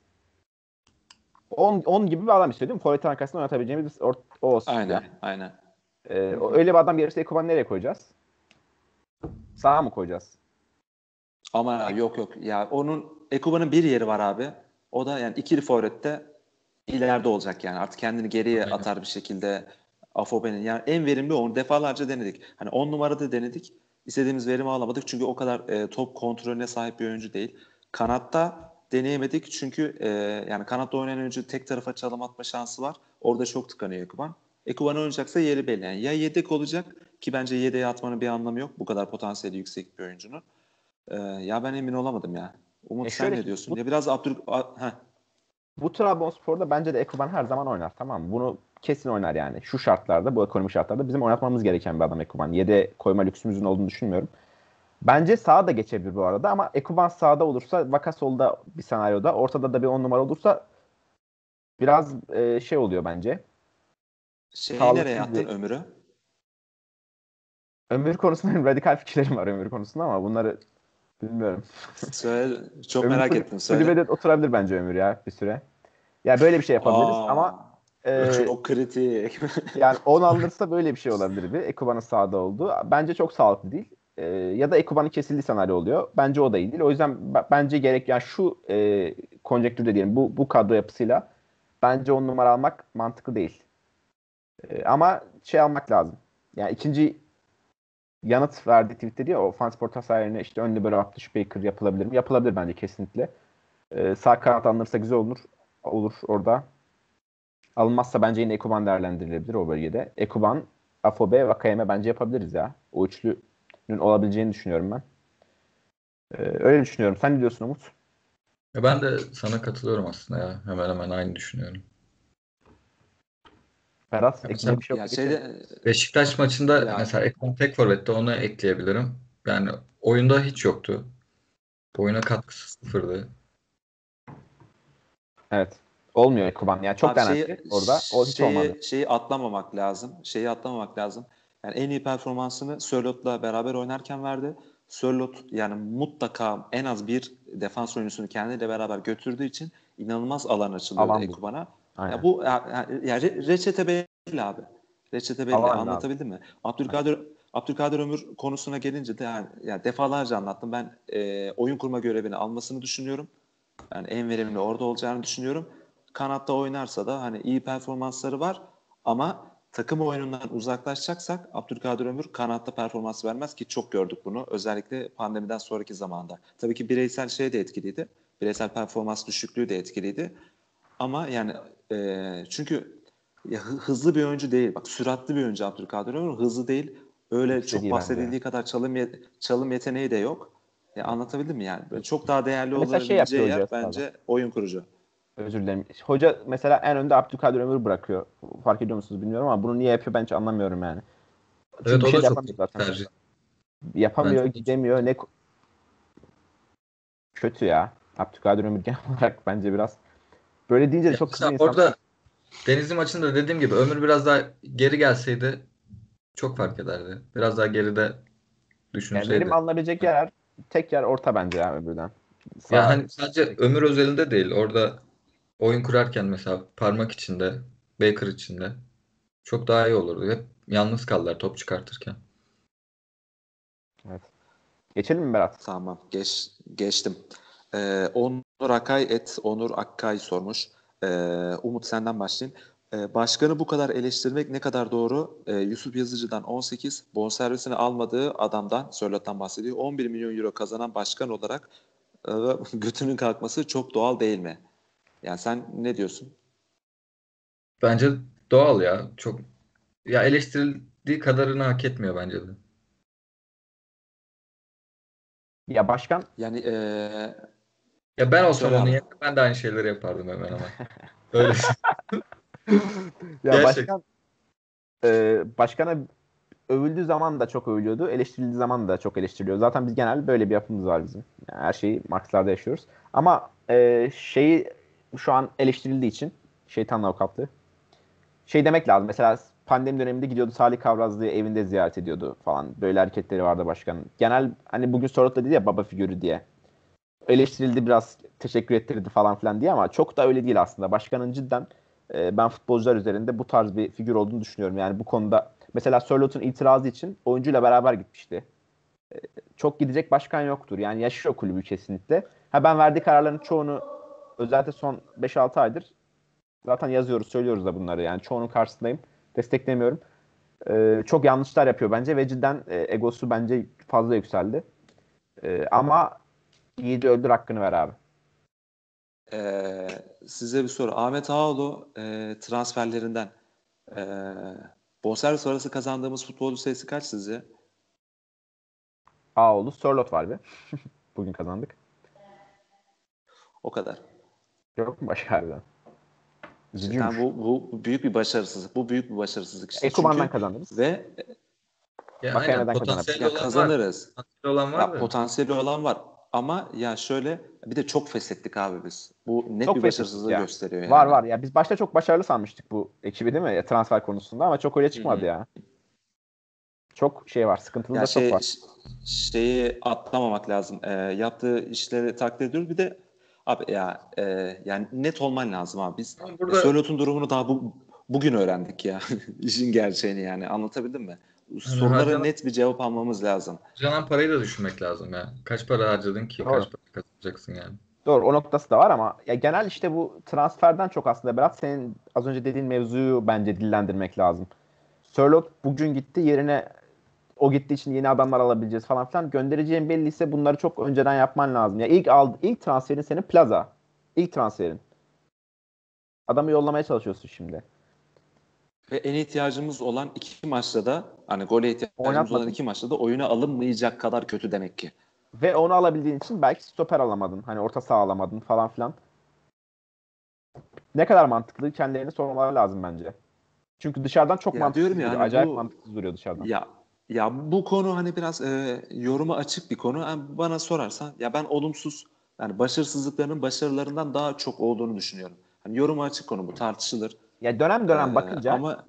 10 gibi bir adam istiyor değil mi? Forvet'in arkasında oynatabileceğimiz o olsun. Yani aynen, aynen. Hı hı. öyle bir adam gelirse Ekuban'ı nereye koyacağız? Sağa mı koyacağız? Ama yok. Ya onun Ekuban'ın bir yeri var abi. O da yani ikili forvette ileride olacak yani. Artık kendini geriye Aynen. atar bir şekilde Afobe'nin. Yani en verimli onu defalarca denedik. Hani 10 numarada denedik. İstediğimiz verimi alamadık. Çünkü o kadar top kontrolüne sahip bir oyuncu değil. Kanatta deneyemedik. Çünkü yani kanatta oynayan oyuncu tek tarafa çalım atma şansı var. Orada çok tıkanıyor Ekuban. Ekuban oynayacaksa yeri belli. Yani ya yedek olacak ki bence yedeğe atmanın bir anlamı yok. Bu kadar potansiyeli yüksek bir oyuncunun. Ya ben emin olamadım ya. Umut sen Şöyle ne ki, diyorsun? Ya biraz bu Trabzonspor'da bence de Ekuban her zaman oynar, tamam mı? Bunu kesin oynar yani. Şu şartlarda, bu ekonomik şartlarda bizim oynatmamız gereken bir adam Ekuban. Yede koyma lüksümüzün olduğunu düşünmüyorum. Bence sağa da geçebilir bu arada ama Ekuban sağda olursa, Vaka solda bir senaryoda, ortada da bir 10 numara olursa biraz şey oluyor bence. şeyi nereye Sağlıksız attın bir. Ömür'ü? Ömür konusunda benim radikal fikirlerim var Ömür konusunda ama bunları bilmiyorum. Söyle, çok Ömür merak ettim söyle. kulübede oturabilir bence Ömür ya bir süre. Ya böyle bir şey yapabiliriz ama Aa, e, çok kritik. yani 10 alınırsa böyle bir şey olabilirdi. Ekuban'ın sağda olduğu. Bence çok sağlıklı değil. Ya da Ekuban'ın kesildiği senaryo oluyor. Bence o da iyi değil. O yüzden bence gerek yani şu konjektürde diyelim bu kadro yapısıyla bence 10 numara almak mantıklı değil. Ama şey almak lazım. Yani ikinci yanıt verdi tweette diyor. O Fanspor tasarlarına işte ön libero Abdüş Baker yapılabilir mi? Yapılabilir bence kesinlikle. Sağ kanat alınırsa güzel olur. Olur orada. Alınmazsa bence yine Ekuban değerlendirilebilir o bölgede. Ekuban, Afobe, Vakayeme bence yapabiliriz ya. O üçlünün olabileceğini düşünüyorum ben. Öyle düşünüyorum. Sen ne diyorsun Umut? Ya ben de sana katılıyorum aslında ya. Hemen hemen aynı düşünüyorum. Ferhat, Ya mesela ekleyecek bir şey Ya yoksa geçelim. Beşiktaş maçında ya mesela Ekman tek forvette onu ekleyebilirim. Yani oyunda hiç yoktu. Oyuna katkısı sıfırdı. Evet. Olmuyor Ekuban. Yani çok abi denendi orada. O hiç olmadı. şeyi atlamamak lazım. Şeyi atlamamak lazım. Yani en iyi performansını Sörlot'la beraber oynarken verdi. Sörlot yani mutlaka en az bir defans oyuncusunu kendiyle beraber götürdüğü için inanılmaz alan açılıyordu Alan buldu. Ekuban'a. Ya Aynen. bu ya reçete belli abi. Reçete belli. Alan lazım. Anlatabildim mi? Abdülkadir Ömür konusuna gelince de yani defalarca anlattım. Ben oyun kurma görevini almasını düşünüyorum. Yani en verimli orada olacağını düşünüyorum. Kanatta oynarsa da hani iyi performansları var ama takım oyunundan uzaklaşacaksak Abdülkadir Ömür kanatta performans vermez ki çok gördük bunu. Özellikle pandemiden sonraki zamanda. Tabii ki bireysel şey de etkiliydi. Bireysel performans düşüklüğü de etkiliydi. Ama yani çünkü ya hızlı bir oyuncu değil. Bak süratli bir oyuncu Abdülkadir Ömür. Hızlı değil. Öyle çok İstediği bence. bahsedildiği kadar çalım yeteneği de yok. Anlatabildim mi yani? Böyle çok daha değerli Mesela şey olabileceği yapıyor yer hoca. Pardon. bence oyun kurucu. Özür dilerim. Hoca mesela en önde Abdülkadir Ömür bırakıyor. Fark ediyor musunuz bilmiyorum ama bunu niye yapıyor ben hiç anlamıyorum yani. Çünkü Evet bir o şey da de çok yapamıyor iyi bir zaten. tercih. Yapamıyor, Bence de çok gidemiyor. Ne kötü ya. Abdülkadir Ömür genel olarak bence biraz. Böyle deyince de ya çok mesela kızıyor insanlar. orada Denizli maçında dediğim gibi Ömür biraz daha geri gelseydi çok fark ederdi. Biraz daha geride Yani verim düşünseydi. alınabilecek yer tek yer orta bence ya Ömür'den. Ya Sağ hani sadece Ömür özelinde değil. Orada oyun kurarken mesela parmak içinde, Baker içinde çok daha iyi olurdu. Hep yalnız kaldılar top çıkartırken. evet. Geçelim mi Berat? Tamam, geçtim. Onur Akay Onur Akkay sormuş. Umut senden başlayayım. Başkanı bu kadar eleştirmek ne kadar doğru? Yusuf Yazıcı'dan 18, bonservisini almadığı adamdan, Sörlot'tan bahsediyor. 11 milyon euro kazanan başkan olarak e, götünün kalkması çok doğal değil mi? Yani sen ne diyorsun? Bence doğal ya. Çok ya eleştirildiği kadarını hak etmiyor bence de. Ya başkan Yani Ya ben olsam söyle onun abi. yerine ben de aynı şeyleri yapardım hemen hemen. Öyle. ya Gerçek. başkana övüldüğü zaman da çok övülüyordu. Eleştirildiği zaman da çok eleştiriliyor. Zaten biz genel böyle bir yapımız var bizim. Yani her şeyi Marks'larda yaşıyoruz. Ama şeyi şu an eleştirildiği için şeytanla avukatlığı. Şey demek lazım. Mesela pandemi döneminde gidiyordu Salih Kavrazlı'yı evinde ziyaret ediyordu falan. Böyle hareketleri vardı başkanın. Genel hani bugün Sorot'ta dedi ya baba figürü diye. Eleştirildi biraz teşekkür ettirdi falan filan diye ama çok da öyle değil aslında. Başkanın cidden ben futbolcular üzerinde bu tarz bir figür olduğunu düşünüyorum. Yani bu konuda mesela Sörlot'un itirazı için oyuncuyla beraber gitmişti. çok gidecek başkan yoktur. Yani yaşıyor kulübü kesinlikle. Ha ben verdiği kararların çoğunu özellikle son 5-6 aydır zaten yazıyoruz, söylüyoruz da bunları. Yani çoğunun karşısındayım. Desteklemiyorum. Çok yanlışlar yapıyor bence ve cidden egosu bence fazla yükseldi. Ama yiğidi öldür hakkını ver abi. Size bir soru. Ahmet Ağaoğlu transferlerinden bonservis arası kazandığımız futbolcu sayısı kaç sizce? Ağoğlu Sörloth var bir. Bugün kazandık. O kadar. Yok mu başka harbiden? İşte Üzücüymüş. bu büyük bir başarısızlık. Bu büyük bir başarısızlık işte. Ekuban'dan Çünkü kazandınız. ve Ya aynen Vakayeme'den potansiyeli ya olan var. kazanırız. Potansiyeli olan var Ya da. potansiyeli olan var. Ama ya şöyle bir de çok feshettik abi biz. Bu net Çok bir feshettik başarısızlığı ya. gösteriyor yani. Var var. Ya biz başta çok başarılı sanmıştık bu ekibi değil mi? Transfer konusunda ama çok öyle çıkmadı Hı hı. ya. Çok şey var. Sıkıntılı Ya da çok var. şeyi atlamamak lazım. Yaptığı işleri takdir ediyoruz. Bir de abi ya yani net olman lazım abi. Biz Ama burada Sörlot'un durumunu daha bugün öğrendik ya. İşin gerçeğini yani. Anlatabildim mi? hani Sorulara net bir cevap almamız lazım. harcanan parayı da düşünmek lazım ya. Kaç para harcadın ki? Doğru. Kaç para kazanacaksın yani? Doğru. O noktası da var ama ya genel işte bu transferden çok aslında Berat senin az önce dediğin mevzuyu bence dillendirmek lazım. Sörloth bugün gitti. Yerine o gittiği için yeni adamlar alabileceğiz falan filan. Göndereceğin belliyse bunları çok önceden yapman lazım. Ya ilk transferin senin Plaza. İlk transferin. Adamı yollamaya çalışıyorsun şimdi. Ve en ihtiyacımız olan iki maçta da hani gole ihtiyacımız olan Oynatmadın. iki maçta da oyuna alınmayacak kadar kötü demek ki. Ve onu alabildiğin için belki stoper alamadın. Hani orta saha alamadın falan filan. Ne kadar mantıklı kendilerini sormaları lazım bence. Çünkü dışarıdan çok Ya mantıksız diyorum ya duruyor. hani Acayip bu mantıksız duruyor dışarıdan. ya bu konu hani biraz yoruma açık bir konu. Yani bana sorarsan ya ben olumsuz yani başarısızlıklarının başarılarından daha çok olduğunu düşünüyorum. Hani yoruma açık konu bu tartışılır. Ya dönem E, dönem bakınca ama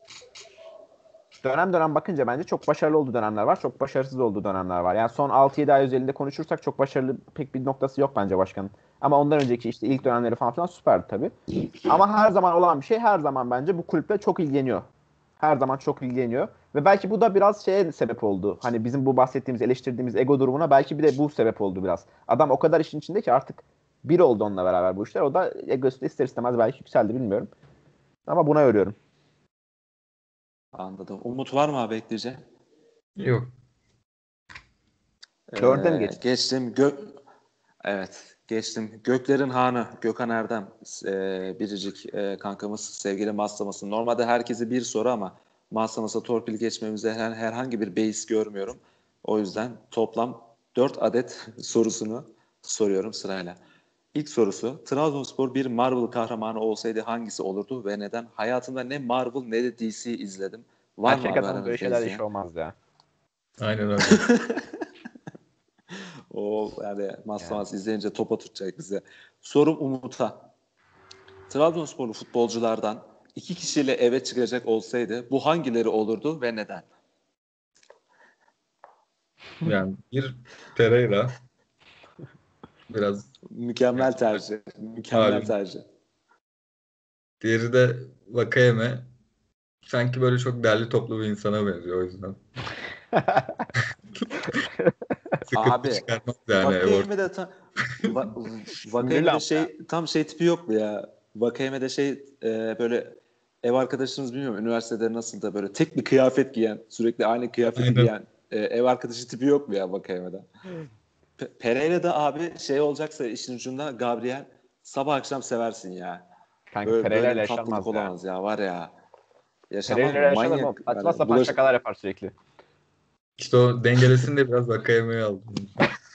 bence çok başarılı olduğu dönemler var. Çok başarısız olduğu dönemler var. Yani son 6-7 ay özelinde konuşursak çok başarılı pek bir noktası yok bence başkanın. Ama ondan önceki işte ilk dönemleri falan filan süperdi tabii. Ama her zaman olan bir şey her zaman bence bu kulüple çok ilgileniyor. Her zaman çok ilgileniyor. Ve belki bu da biraz şeye sebep oldu. Hani bizim bu bahsettiğimiz, eleştirdiğimiz ego durumuna belki bir de bu sebep oldu biraz. Adam o kadar işin içinde ki artık bir oldu onunla beraber bu işler. O da egosu da ister istemez belki yükseldi bilmiyorum. Ama buna yoruyorum. anladım. Umut var mı abi ekleyeceğin? Yok. Dörde mi geçtik? Geçtim. Evet, geçtim. Göklerin Hanı, Gökhan Erdem, biricik kankamız, sevgili Maslamas'ın. Normalde herkese bir soru ama Maslamas'a torpil geçmemize herhangi bir beis görmüyorum. O yüzden toplam 4 adet sorusunu soruyorum sırayla. İlk sorusu, Trabzonspor bir Marvel kahramanı olsaydı hangisi olurdu ve neden? Hayatımda ne Marvel ne de DC izledim. Var mı Erkek abi adamın böyle aranızda şeyler izleyen? işi olmaz ya. Aynen öyle. O yani Yani. Maslamas izleyince topa tutacak bize. Sorum Umut'a. Trabzonsporlu futbolculardan iki kişiyle eve çıkacak olsaydı bu hangileri olurdu ve neden? Yani bir Pereira biraz Mükemmel tercih. Mükemmel malum. tercih. Diğeri de Vakayeme. Sanki böyle çok derli toplu bir insana benziyor o yüzden. Sıkıntı Abi çıkarmaz yani ev Vakayeme'de tam Sinirli ama ya. tam şey tipi yok mu ya? Vakayeme'de böyle ev arkadaşınız bilmiyorum üniversitede nasıl da böyle tek bir kıyafet giyen sürekli aynı kıyafeti Aynen. giyen ev arkadaşı tipi yok mu ya Vakayeme'de? Pereira'da abi şey olacaksa işin ucunda Gabriel sabah akşam seversin ya. Kanka Böyle Pereira ile bir tatlılık yaşanmaz ya. olamaz ya var ya. Yaşamaz Pereira mı? ile yaşanır mı? Manyak. Saçma Yani sapan şakalar yapar sürekli. İşte o dengelesin de biraz Vakayeme'yi aldım.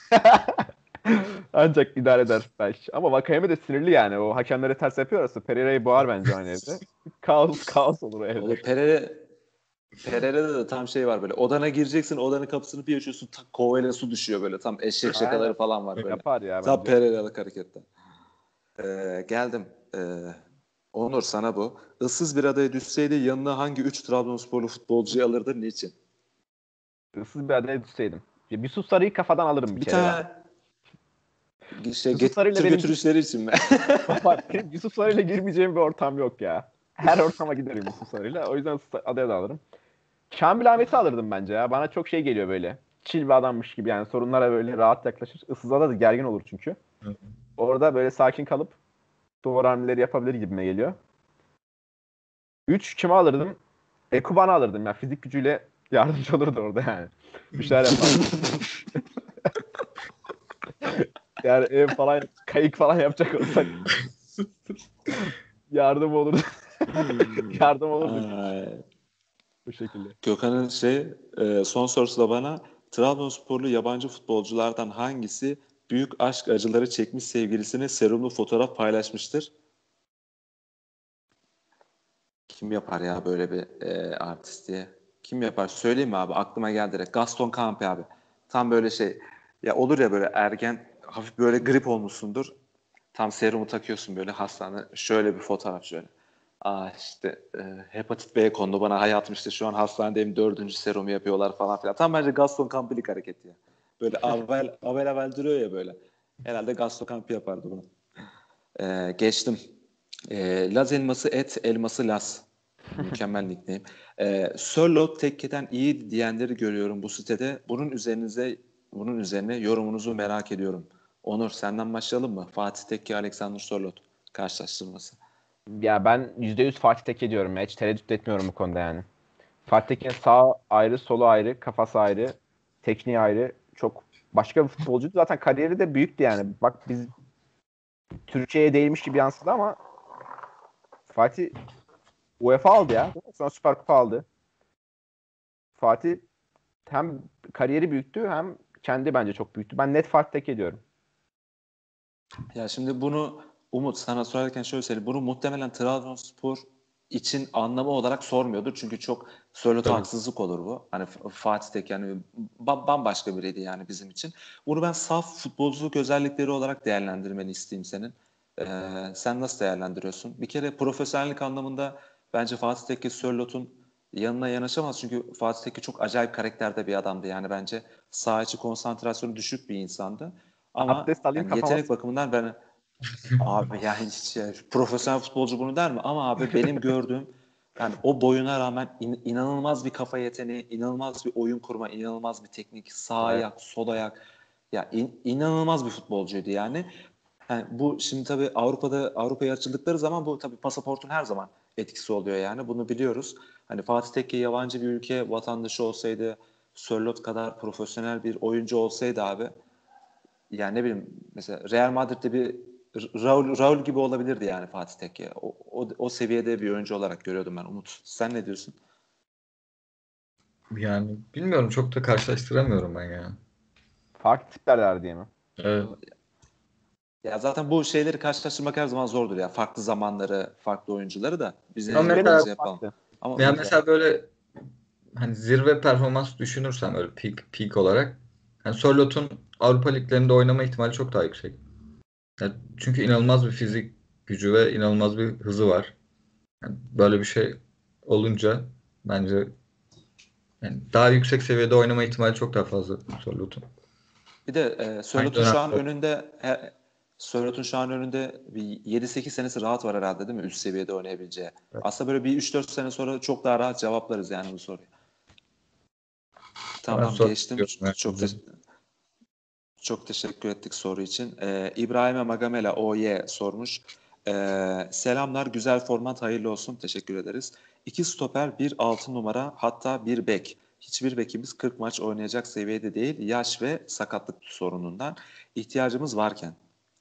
Ancak idare eder belki. Ama Vakayeme de sinirli yani. O hakemlere ters yapıyor arası. Pereira'yı boğar bence aynı evde. Kaos olur o evde. Pereira'da da tam şey var böyle. Odana gireceksin, odanın kapısını bir açıyorsun, kovayla su düşüyor böyle. Tam eşek Aynen. şakaları falan var böyle. Yapar ya Tam bence. Pereira'lık hareketler. Geldim. Onur sana bu. Issız bir adaya düşseydi yanına hangi 3 Trabzonsporlu futbolcuyu alırdı? Niçin? Issız bir adaya düşseydim. Yusuf Sarı'yı kafadan alırım bir Bir kere ben. tane Yusuf Sarı'yla getir benim götür işleri için mi? bak, benim Yusuf Sarı'yla girmeyeceğim bir ortam yok ya. Her ortama giderim Yusuf Sarı'yla. O yüzden adaya da alırım. Kamil Ahmet'i alırdım bence ya. Bana çok şey geliyor böyle. chill bir adammış gibi yani sorunlara böyle rahat yaklaşır. Issızada da gergin olur çünkü. Hı. Orada böyle sakin kalıp doğru hamleleri yapabilir gibime geliyor. 3 kime alırdım? Ekuban'ı alırdım ya. Fizik gücüyle yardımcı olurdu orada yani. Bir şeyler yapar. Yani ev falan, kayık falan yapacak olsak yardım olurdu. Yardım olurdu Ay. bu şekilde. Gökhan'ın son sorusu da bana Trabzonsporlu yabancı futbolculardan hangisi büyük aşk acıları çekmiş sevgilisine serumlu fotoğraf paylaşmıştır? Kim yapar ya böyle bir artist diye? Kim yapar? Söyleyeyim mi abi? Aklıma geldi direkt. Gaston Campi abi. Tam böyle ya olur ya böyle ergen hafif böyle grip olmuşsundur. Tam serumu takıyorsun böyle hastane. Şöyle bir fotoğraf şöyle. İşte hepatit B kondu bana hayatım işte şu an hastanedeyim 4. serumu yapıyorlar falan filan. Tam bence Gaston Campi'lik hareketi ya. Böyle avel duruyor ya böyle. Herhalde Gaston Campi yapardı bunu. Geçtim. Laz elması et, elması Laz. Mükemmel nickname. Sörloth tekkeden iyi diyenleri görüyorum bu sitede. Bunun üzerine yorumunuzu merak ediyorum. Onur senden başlayalım mı? Fatih Tekke, Alexander Sörloth karşılaştırması. Ya ben %100 Fatih Tekke diyorum ya. Hiç tereddüt etmiyorum bu konuda yani. Fatih Tekke'nin sağ ayrı, solu ayrı, kafası ayrı, tekniği ayrı. Çok başka bir futbolcuydu. Zaten kariyeri de büyüktü yani. Bak biz Türkiye'ye değilmiş gibi yansıdı ama Fatih UEFA aldı ya. Sonra Süper Kupa aldı. Fatih hem kariyeri büyüktü hem kendi bence çok büyüktü. Ben net Fatih Tekke diyorum. Ya şimdi bunu Umut sana sorarken şöyle söyleyeyim. Bunu muhtemelen Trabzonspor için anlamı olarak sormuyordur. Çünkü çok Sörloth'a Tabii. haksızlık olur bu. Hani Fatih Tekke yani bambaşka biriydi yani bizim için. Bunu ben saf futbolculuk özellikleri olarak değerlendirmeni isteyeyim senin. Sen nasıl değerlendiriyorsun? Bir kere profesyonellik anlamında bence Fatih Tekke Sörloth'un yanına yanaşamaz. Çünkü Fatih Tekke çok acayip karakterde bir adamdı. Yani bence saha içi konsantrasyonu düşük bir insandı. Ama Abdest alayım yani kafama. yetenek bakımından ben abi yani hiç profesyonel futbolcu bunu der mi? Ama abi benim gördüğüm yani o boyuna rağmen inanılmaz bir kafa yeteneği, inanılmaz bir oyun kurma, inanılmaz bir teknik, sağ Evet. ayak, sol ayak. Ya inanılmaz bir futbolcuydu yani. Yani bu şimdi tabii Avrupa'ya açıldıkları zaman bu tabii pasaportun her zaman etkisi oluyor yani. Bunu biliyoruz. Hani Fatih Tekke yabancı bir ülke vatandaşı olsaydı, Sörloth kadar profesyonel bir oyuncu olsaydı abi yani ne bileyim mesela Real Madrid'de bir Raul gibi olabilirdi yani Fatih Tekke. O seviyede bir oyuncu olarak görüyordum ben Umut. Sen ne diyorsun? Yani bilmiyorum çok da karşılaştıramıyorum ben ya. Farklı tiplerler diye mi? Evet. Ya zaten bu şeyleri karşılaştırmak her zaman zordur ya. Farklı zamanları, farklı oyuncuları da biz ne Ama Tipleri mesela yapalımızı yapalım. farklı. Ama yani mesela böyle hani zirve performans düşünürsem öyle peak olarak hani Sörloth'un Avrupa liglerinde oynama ihtimali çok daha yüksek. Yani çünkü inanılmaz bir fizik gücü ve inanılmaz bir hızı var. Yani böyle bir şey olunca bence yani daha yüksek seviyede oynama ihtimali çok daha fazla Sörloth'un. bir de Aynı Sörloth'un şu an dönemde. önünde Sörloth'un şu an önünde bir 7-8 senesi rahat var herhalde değil mi? Üst seviyede oynayabileceği. Aslında böyle bir 3-4 sene sonra çok daha rahat cevaplarız yani bu soruyu. Ben Tamam Sörloth geçtim. diyorum herkese. Çok teşekkür ettik soru için. İbrahim'e Magamela OY sormuş. Selamlar, güzel format hayırlı olsun. Teşekkür ederiz. 2 stoper, bir 6 numara, hatta bir bek. Hiçbir bekimiz 40 maç oynayacak seviyede değil. Yaş ve sakatlık sorunundan ihtiyacımız varken,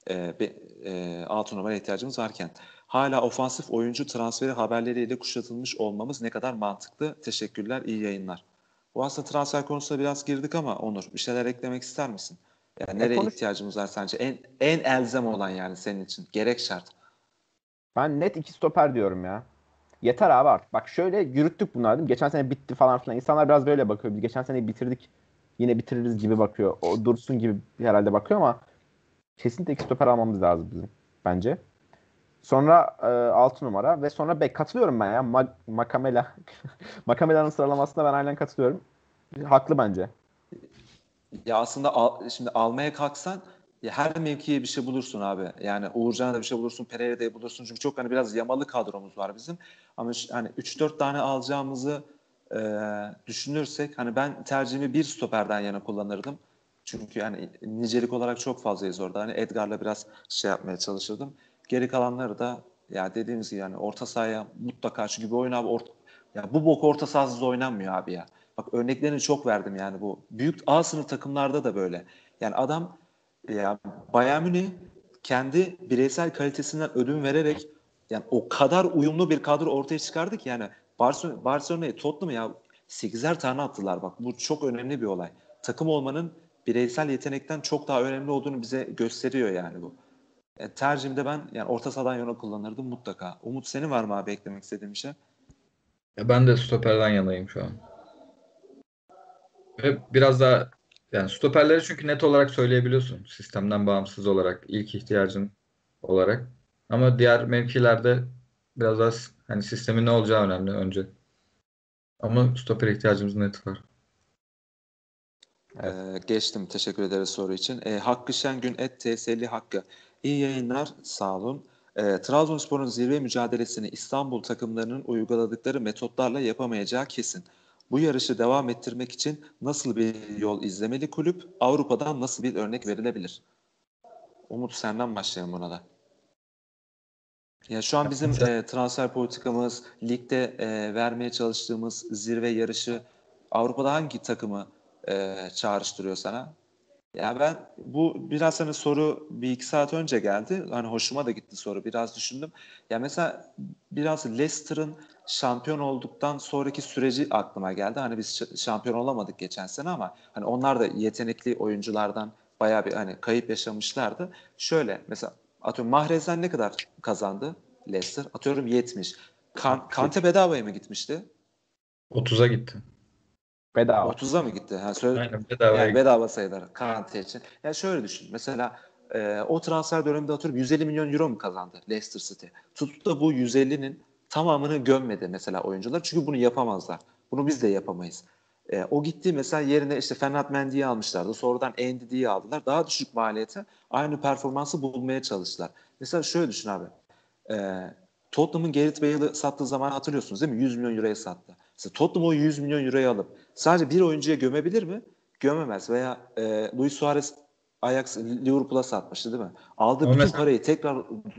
6 numara ihtiyacımız varken. Hala ofansif oyuncu transferi haberleriyle kuşatılmış olmamız ne kadar mantıklı. Teşekkürler, iyi yayınlar. Bu aslında transfer konusuna biraz girdik ama Onur, bir şeyler eklemek ister misin? Yani nereye Konuş. ihtiyacımız var sence? En elzem olan yani senin için. Gerek şart. Ben net 2 stoper diyorum ya. Yeter abi artık. Bak şöyle yürüttük bunlar değil mi? Geçen sene bitti falan filan. İnsanlar biraz böyle bakıyor. Biz geçen seneyi bitirdik. Yine bitiririz gibi bakıyor. O dursun gibi herhalde bakıyor ama kesinlikle 2 stoper almamız lazım bizim. Bence. Sonra 6 numara ve sonra bek. Katılıyorum ben ya. Makamela. Makamela'nın sıralamasına ben aynen katılıyorum. Haklı bence. Ya aslında şimdi almaya kalksan ya her mevkiye bir şey bulursun abi. Yani Uğurcan'a da bir şey bulursun, Pereira'da da bulursun. Çünkü çok hani biraz yamalı kadromuz var bizim. Ama hani 3-4 tane alacağımızı düşünürsek hani ben tercihimi bir stoperden yana kullanırdım. Çünkü yani nicelik olarak çok fazlayız orada. Hani Edgar'la biraz şey yapmaya çalışırdım. Geri kalanları da ya dediğimiz gibi yani orta sahaya mutlaka çünkü bu oyun abi ya bu bok orta sahasız oynanmıyor abi ya. Bak örneklerini çok verdim yani bu. Büyük A sınıf takımlarda da böyle. Yani adam ya Bayern Münih kendi bireysel kalitesinden ödün vererek yani o kadar uyumlu bir kadro ortaya çıkardı ki yani Barcelona'yı Tottenham'ı ya 8'er tane attılar bak. Bu çok önemli bir olay. Takım olmanın bireysel yetenekten çok daha önemli olduğunu bize gösteriyor yani bu. Tercihimde ben yani orta sahadan yana kullanırdım mutlaka. Umut senin var mı abi eklemek istediğin bir şey? Ya ben de stoperden yanayım şu an. Ve biraz daha yani stoperleri çünkü net olarak söyleyebiliyorsun. Sistemden bağımsız olarak, ilk ihtiyacın olarak. Ama diğer mevkilerde biraz daha hani sistemin ne olacağı önemli önce. Ama stoper ihtiyacımız net var. Evet. Geçtim. Teşekkür ederiz soru için. Hakkı Şengün @TSL Hakkı. İyi yayınlar. Sağ olun. Trabzonspor'un zirve mücadelesini İstanbul takımlarının uyguladıkları metotlarla yapamayacağı kesin. Bu yarışı devam ettirmek için nasıl bir yol izlemeli kulüp? Avrupa'dan nasıl bir örnek verilebilir? Umut senden başlayalım buna da. Ya şu an bizim transfer politikamız, ligde vermeye çalıştığımız zirve yarışı Avrupa'da hangi takımı çağrıştırıyor sana? Ya ben bu biraz hani soru bir iki saat önce geldi. Hani hoşuma da gitti soru. Biraz düşündüm. Ya mesela biraz Leicester'ın şampiyon olduktan sonraki süreci aklıma geldi. Hani biz şampiyon olamadık geçen sene ama hani onlar da yetenekli oyunculardan bayağı bir hani kayıp yaşamışlardı. Şöyle mesela atıyorum Mahrez'den ne kadar kazandı Leicester? Atıyorum 70. Kante bedavaya mı gitmişti? 30'a gitti. Bedava. 30'a mı gitti? Ha, söyle, Aynen bedavaya yani gitti. bedava sayılır Kante için. Yani şöyle düşün. Mesela o transfer döneminde atıyorum 150 milyon euro mu kazandı Leicester City? Tutup da bu 150'nin tamamını gömmedi mesela oyuncular. Çünkü bunu yapamazlar. Bunu biz de yapamayız. O gitti mesela yerine işte Fernand Mendy'yi almışlardı. Sonradan Ndi'yi aldılar. Daha düşük maliyete aynı performansı bulmaya çalıştılar. Mesela şöyle düşün abi. E, Tottenham'ın Gareth Bale'ı sattığı zaman hatırlıyorsunuz değil mi? 100 milyon euroya sattı. Mesela Tottenham o 100 milyon euroyu alıp sadece bir oyuncuya gömebilir mi? Gömemez. Veya Luis Suarez Ajax Liverpool'a satmıştı değil mi? Aldığı Ama bütün mesela parayı tekrar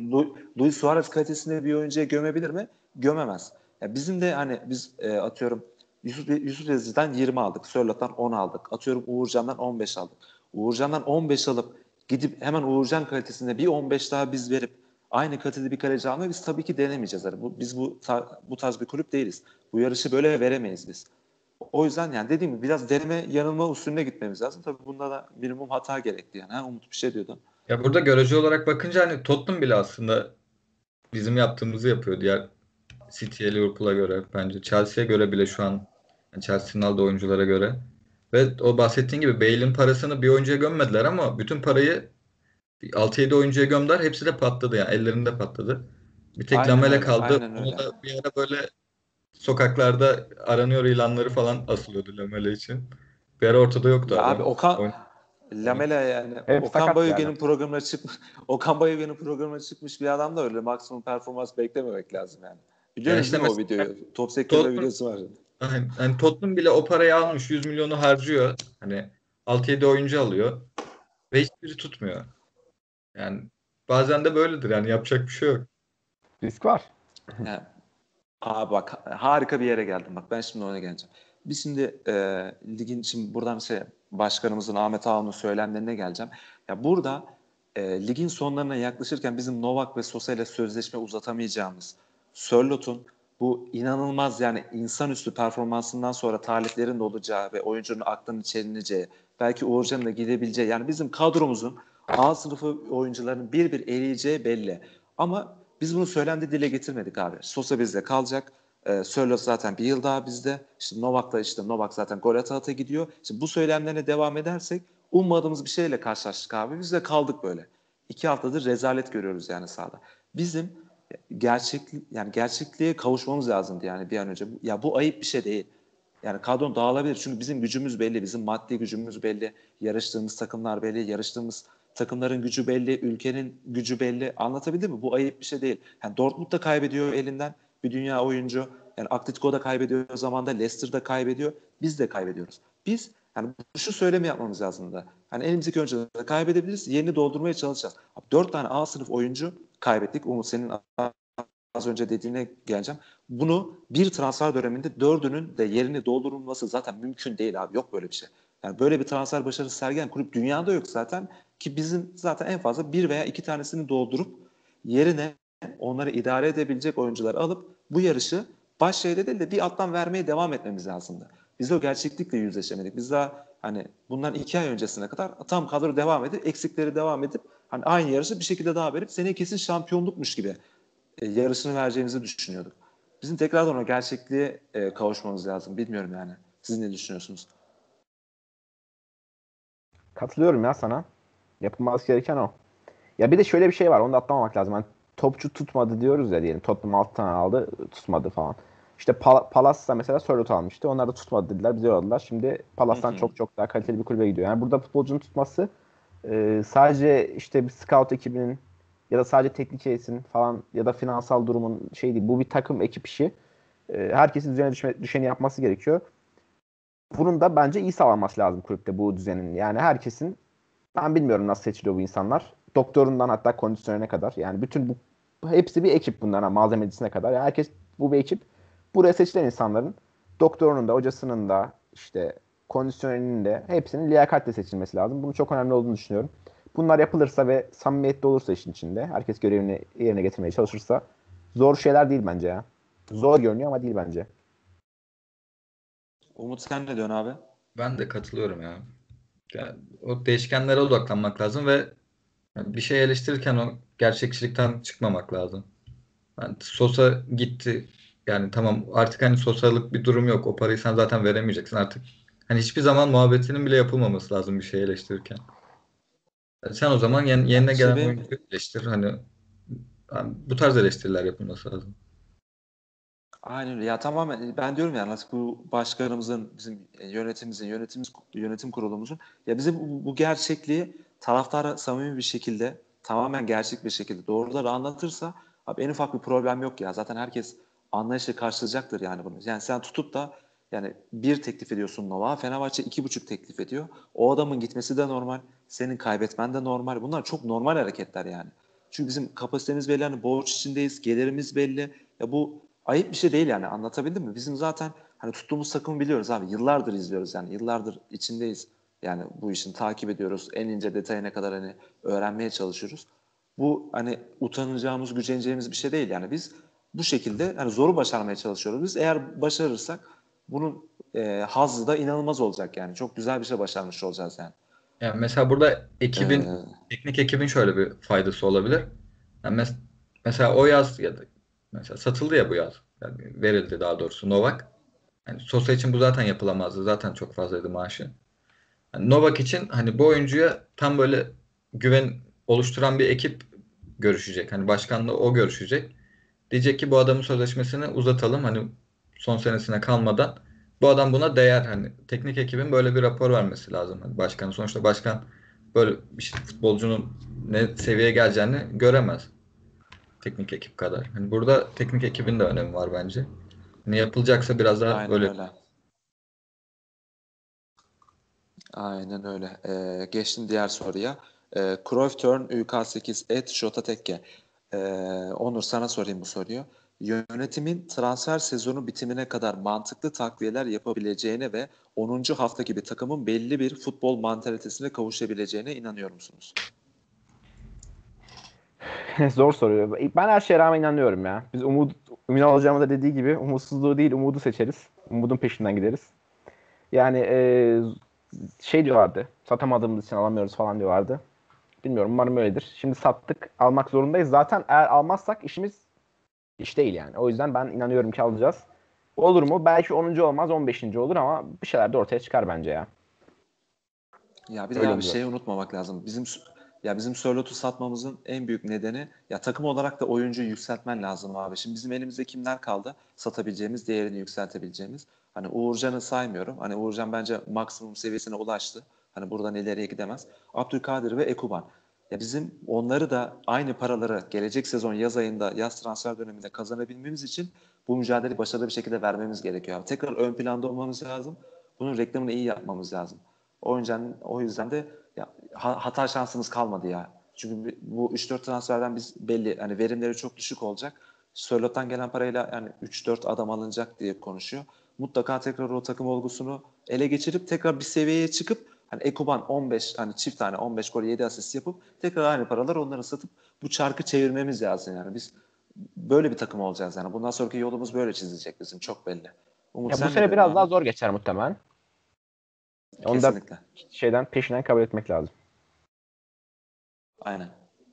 Luis Suarez kalitesinde bir oyuncuya gömebilir mi? Gömemez. Ya bizim de hani biz atıyorum Yusuf Yazıcı'dan 20 aldık. Sörlot'tan 10 aldık. Atıyorum Uğurcan'dan 15 aldık. Uğurcan'dan 15 alıp gidip hemen Uğurcan kalitesinde bir 15 daha biz verip aynı kalitede bir kaleci almayı biz tabii ki denemeyeceğiz. Yani biz bu tarz bir kulüp değiliz. Bu yarışı böyle veremeyiz biz. O yüzden yani dediğim gibi biraz deneme yanılma usulüne gitmemiz lazım. Tabii bunda da minimum hata gerekti yani. Ha, Umut bir şey diyordun. ya burada görece olarak bakınca hani Tottenham bile aslında bizim yaptığımızı yapıyor. Diğer City'ye, Liverpool'a göre bence. Chelsea'ye göre bile şu an yani Chelsea'nin aldığı oyunculara göre. Ve o bahsettiğin gibi Bale'in parasını bir oyuncuya gömmediler ama bütün parayı 6-7 oyuncuya gömdüler. Hepsi de patladı yani ellerinde patladı. Bir tek Aynen Lamela öyle. kaldı. Aynen Ona öyle. da bir ara böyle sokaklarda aranıyor ilanları falan asılıyordu Lamela için. Bir ara ortada yoktu Ya abi adam. Oyun- Lamela yani Hep Okan sakat yani. Bayülgen'in programına çıkmış Okan Bayülgen'in programına çıkmış bir adam da öyle maksimum performans beklememek lazım yani. Ya Biliyorsunuz işte değil mi o mesela videoyu? Top sektirme Tottenham, videosu var. hani Tottenham bile o parayı almış 100 milyonu harcıyor. Hani 6-7 oyuncu alıyor ve hiçbiri tutmuyor. Yani bazen de böyledir yani yapacak bir şey yok. Risk var. Yani, bak harika bir yere geldim bak ben şimdi ona geleceğim. Biz şimdi ligin şimdi buradan başkanımızın Ahmet Ağaoğlu'nun söylemlerine geleceğim. Ya burada ligin sonlarına yaklaşırken bizim Novak ve Sosa ile sözleşme uzatamayacağımız Sörlot'un bu inanılmaz yani insanüstü performansından sonra taliplerin de olacağı ve oyuncunun aklının çelineceği belki Uğurcan'ın da gidebileceği yani bizim kadromuzun A sınıfı oyuncuların bir bir eleyeceği belli. Ama biz bunu söylendi dile getirmedik abi. Sosa bizde kalacak. Sörloth zaten bir yıl daha bizde. İşte Novak zaten gol ata gidiyor. İşte bu söylemlerine devam edersek ummadığımız bir şeyle karşılaştık abi. Biz de kaldık böyle. 2 haftadır rezalet görüyoruz yani sahada. Bizim gerçekliğe kavuşmamız lazımdı yani bir an önce. Ya bu ayıp bir şey değil. Yani kadron dağılabilir çünkü bizim gücümüz belli, bizim maddi gücümüz belli, yarıştığımız takımlar belli, yarıştığımız takımların gücü belli, ülkenin gücü belli. Anlatabildim mi? Bu ayıp bir şey değil. Yani Dortmund da kaybediyor elinden bir dünya oyuncu. Yani Atletico da kaybediyor o zaman da, Leicester da kaybediyor. Biz de kaybediyoruz. Biz yani şu söylemi yapmamız lazım da. Hani elimizdeki oyuncuları kaybedebiliriz. Yerini doldurmaya çalışacağız. 4 tane A sınıf oyuncu kaybettik. Umut, senin az önce dediğine geleceğim. Bunu bir transfer döneminde 4'ünün de yerini doldurulması zaten mümkün değil abi. Yok böyle bir şey. Yani böyle bir transfer başarısı sergilen kulüp dünyada yok zaten, ki bizim zaten en fazla bir veya iki tanesini doldurup yerine onları idare edebilecek oyuncuları alıp bu yarışı baş şeyde değil de bir alttan vermeye devam etmemiz lazımdı. Biz o gerçeklikle yüzleşemedik. Biz daha hani bundan 2 ay öncesine kadar tam kadro devam edip eksikleri devam edip hani aynı yarışı bir şekilde daha verip seneye kesin şampiyonlukmuş gibi yarısını vereceğimizi düşünüyorduk. Bizim tekrardan o gerçekliğe kavuşmamız lazım. Bilmiyorum yani. Siz ne düşünüyorsunuz? Katılıyorum ya sana. Yapılması gereken o. Ya bir de şöyle bir şey var. Onu da atlamamak lazım. Hani topçu tutmadı diyoruz ya diyelim. Tottenham 6 tane aldı. Tutmadı falan. İşte Palace da mesela Sörloth almıştı. Onlar da tutmadı dediler. Bize yolladılar. Şimdi Palace'tan çok çok daha kaliteli bir kulübe gidiyor. Yani burada futbolcunun tutması sadece işte bir scout ekibinin ya da sadece teknik heyetin falan ya da finansal durumun şey değil. Bu bir takım ekip işi. Herkesin düzene düşeni yapması gerekiyor. Bunun da bence iyi sağlanması lazım kulüpte bu düzenin. Yani herkesin, ben bilmiyorum nasıl seçiliyor bu insanlar. Doktorundan hatta kondisyonerine kadar. Yani bütün bu hepsi bir ekip bundan ha, malzemecisine kadar. Yani herkes bu bir ekip. Buraya seçilen insanların doktorunun da, hocasının da, işte kondisyonerinin de hepsinin liyakatle seçilmesi lazım. Bunun çok önemli olduğunu düşünüyorum. Bunlar yapılırsa ve samimiyetli olursa işin içinde, herkes görevini yerine getirmeye çalışırsa zor şeyler değil bence ya. Zor görünüyor ama değil bence. Umut, sen ne diyorsun abi? Ben de katılıyorum ya. Yani o değişkenlere odaklanmak lazım ve bir şey eleştirirken o gerçekçilikten çıkmamak lazım. Yani Sosa gitti. Yani tamam, artık hani Sosa'lık bir durum yok. O parayı sen zaten veremeyeceksin artık. Hani hiçbir zaman muhabbetinin bile yapılmaması lazım bir şey eleştirirken. Sen o zaman yerine İşte gelen benim oyuncuyu eleştir. Hani bu tarz eleştiriler yapılması lazım. aynen öyle. Ya tamamen ben diyorum yani artık bu başkanımızın, bizim yönetim kurulumuzun ya bize bu gerçekliği taraftara samimi bir şekilde, tamamen gerçek bir şekilde doğruları anlatırsa abi en ufak bir problem yok ya. Zaten herkes anlayışla karşılayacaktır yani bunu. Yani sen tutup da yani bir teklif ediyorsun Nova, Fenerbahçe 2,5 teklif ediyor. O adamın gitmesi de normal, senin kaybetmen de normal. Bunlar çok normal hareketler yani. Çünkü bizim kapasitemiz belli, hani borç içindeyiz, gelirimiz belli. Ya bu ayıp bir şey değil yani, anlatabildim mi? Bizim zaten hani tuttuğumuz takımı biliyoruz abi. Yıllardır izliyoruz yani. Yıllardır içindeyiz. Yani bu işin takip ediyoruz. En ince detayına kadar hani öğrenmeye çalışıyoruz. Bu hani utanacağımız, güceneceğimiz bir şey değil yani. Biz bu şekilde hani zoru başarmaya çalışıyoruz. Biz eğer başarırsak bunun hazzı da inanılmaz olacak yani. Çok güzel bir şey başarmış olacağız yani. Yani mesela burada E, teknik ekibin şöyle bir faydası olabilir. Yani mesela o yaz ya da mesela satıldı ya bu yaz. Yani verildi daha doğrusu Novak. Yani Sosa için bu zaten yapılamazdı. Zaten çok fazlaydı maaşı. Yani Novak için hani bu oyuncuya tam böyle güven oluşturan bir ekip görüşecek. Hani başkanla o görüşecek. Diyecek ki bu adamın sözleşmesini uzatalım. Hani son senesine kalmadan. Bu adam buna değer. Hani teknik ekibin böyle bir rapor vermesi lazım. Hani başkan sonuçta başkan böyle bir futbolcunun ne seviyeye geleceğini göremez. Teknik ekip kadar. Hani burada teknik ekibin de önemi var bence. Ne yapılacaksa biraz daha aynen böyle. öyle. Aynen öyle. Geçtim diğer soruya. Cruyff Turn UK8 et Jota Tekke. Onur, sana sorayım bu soruyu. Yönetimin transfer sezonu bitimine kadar mantıklı takviyeler yapabileceğine ve 10. hafta gibi takımın belli bir futbol mantalitesine kavuşabileceğine inanıyor musunuz? Zor soru. Ben her şeye rağmen inanıyorum ya. Biz Ünal Hocam'ın da dediği gibi umutsuzluğu değil umudu seçeriz. Umudun peşinden gideriz. Yani şey diyorlardı. Satamadığımız için alamıyoruz falan diyorlardı. Bilmiyorum, umarım öyledir. Şimdi sattık, almak zorundayız. Zaten eğer almazsak işimiz iş değil yani. O yüzden ben inanıyorum ki alacağız. Olur mu? Belki 10. olmaz, 15. olur ama bir şeyler de ortaya çıkar bence ya. Ya bir de Öyle abi umuyorum. şeyi unutmamak lazım. Bizim Sörlot'u satmamızın en büyük nedeni ya takım olarak da oyuncuyu yükseltmen lazım abi. Şimdi bizim elimizde kimler kaldı? Satabileceğimiz, değerini yükseltebileceğimiz. Hani Uğurcan'ı saymıyorum. Hani Uğurcan bence maksimum seviyesine ulaştı. Hani buradan ileriye gidemez. Abdülkadir ve Ekuban. Ya bizim onları da aynı paraları gelecek sezon yaz ayında, yaz transfer döneminde kazanabilmemiz için bu mücadeleyi başarılı bir şekilde vermemiz gerekiyor. Abi. Tekrar ön planda olmamız lazım. Bunun reklamını iyi yapmamız lazım. O yüzden de ya, hata şansımız kalmadı ya. Çünkü bu 3-4 transferden biz belli hani verimleri çok düşük olacak. Sörlot'tan gelen parayla yani 3-4 adam alınacak diye konuşuyor. Mutlaka tekrar o takım olgusunu ele geçirip tekrar bir seviyeye çıkıp hani Ekuban 15 hani çift tane 15 gol 7 asist yapıp tekrar aynı paralar onları satıp bu çarkı çevirmemiz lazım yani. Biz böyle bir takım olacağız yani. Bundan sonraki yolumuz böyle çizilecek bizim çok belli. Umut Ya bu sen ne sene diyorsun biraz daha abi? zor geçer muhtemelen. Onu da Kesinlikle. peşinden kabul etmek lazım. Aynen.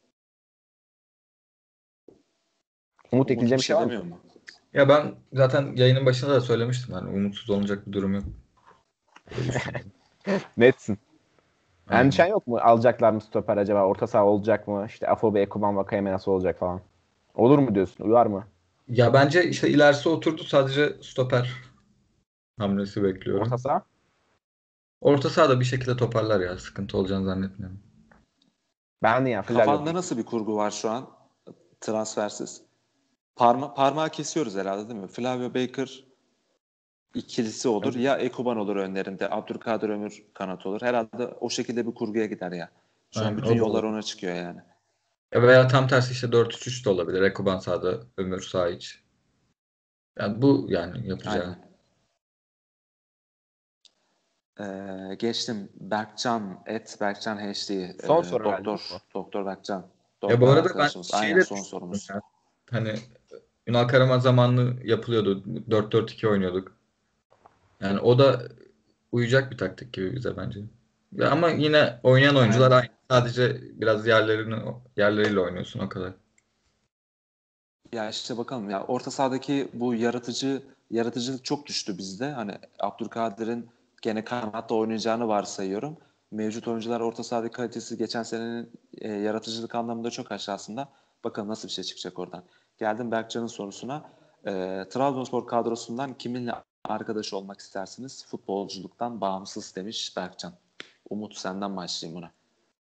Umut Umut ekleyeceğim bir bir şey şey var mı? demiyor mu? Ya ben zaten yayının başında da söylemiştim. Hani umutsuz olunacak bir durum yok diye düşünüyorum. Netsin. Endişen Aynen. yok mu? Alacaklar mı stoper acaba? Orta saha olacak mı? İşte Afobe, Ekuban, Vakayeme nasıl olacak falan. Olur mu diyorsun? Uyar mı? Ya bence işte ilerisi oturdu. Sadece stoper hamlesi Orta bekliyorum. saha? Orta sahada bir şekilde toparlar ya. Sıkıntı olacağını zannetmiyorum. Ben de yani Flavio Kafanda nasıl bir kurgu var şu an transfersiz? Parmağı kesiyoruz herhalde değil mi? Flavio Baker ikilisi olur. Baker. Ya Ekuban olur önlerinde. Abdülkadir Ömür kanat olur. Herhalde o şekilde bir kurguya gider ya. Şu an Aynen, bütün o da yollar olur. ona çıkıyor yani. Ya veya tam tersi işte 4-3-3 de olabilir. Ekuban sağda, Ömür sağ iç. Yani bu yani yapacağı. Aynen. Geçtim. Berkcan HD. Son soru herhalde değil mi bu? Doktor Berkcan. Ya bu Doktor arada ben arkadaşımız. şeyi Aynen de son düşünüyorum sorumuz. ya. Hani Ünal Karaman zamanlı yapılıyordu. 4-4-2 oynuyorduk. Yani o da uyacak bir taktik gibi bize bence. Ya ama yine oynayan oyuncular Aynen. aynı. Sadece biraz yerleriyle oynuyorsun o kadar. Ya işte bakalım ya orta sahadaki bu yaratıcılık çok düştü bizde. Hani Abdülkadir'in gene kanatta oynayacağını varsayıyorum. Mevcut oyuncular orta sahadaki kalitesi geçen senenin yaratıcılık anlamında çok aşağısında. Bakalım nasıl bir şey çıkacak oradan. Geldim Berkcan'ın sorusuna. Trabzonspor kadrosundan kiminle arkadaş olmak istersiniz? Futbolculuktan bağımsız demiş Berkcan. Umut senden başlayayım buna.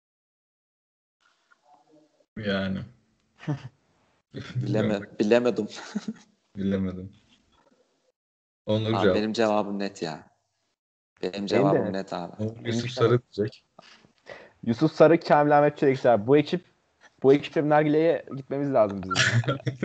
Yani bilmiyorum. Bilemedim. Bilemedim. Onur Abi cevap. benim cevabım net ya. Benim Benim de cevabım net. net abi. Benim Yusuf işte net. Sarı diyecek. Yusuf Sarı, Kamil Ahmet Çelikler. Bu ekiple nargileye gitmemiz lazım bizim ya.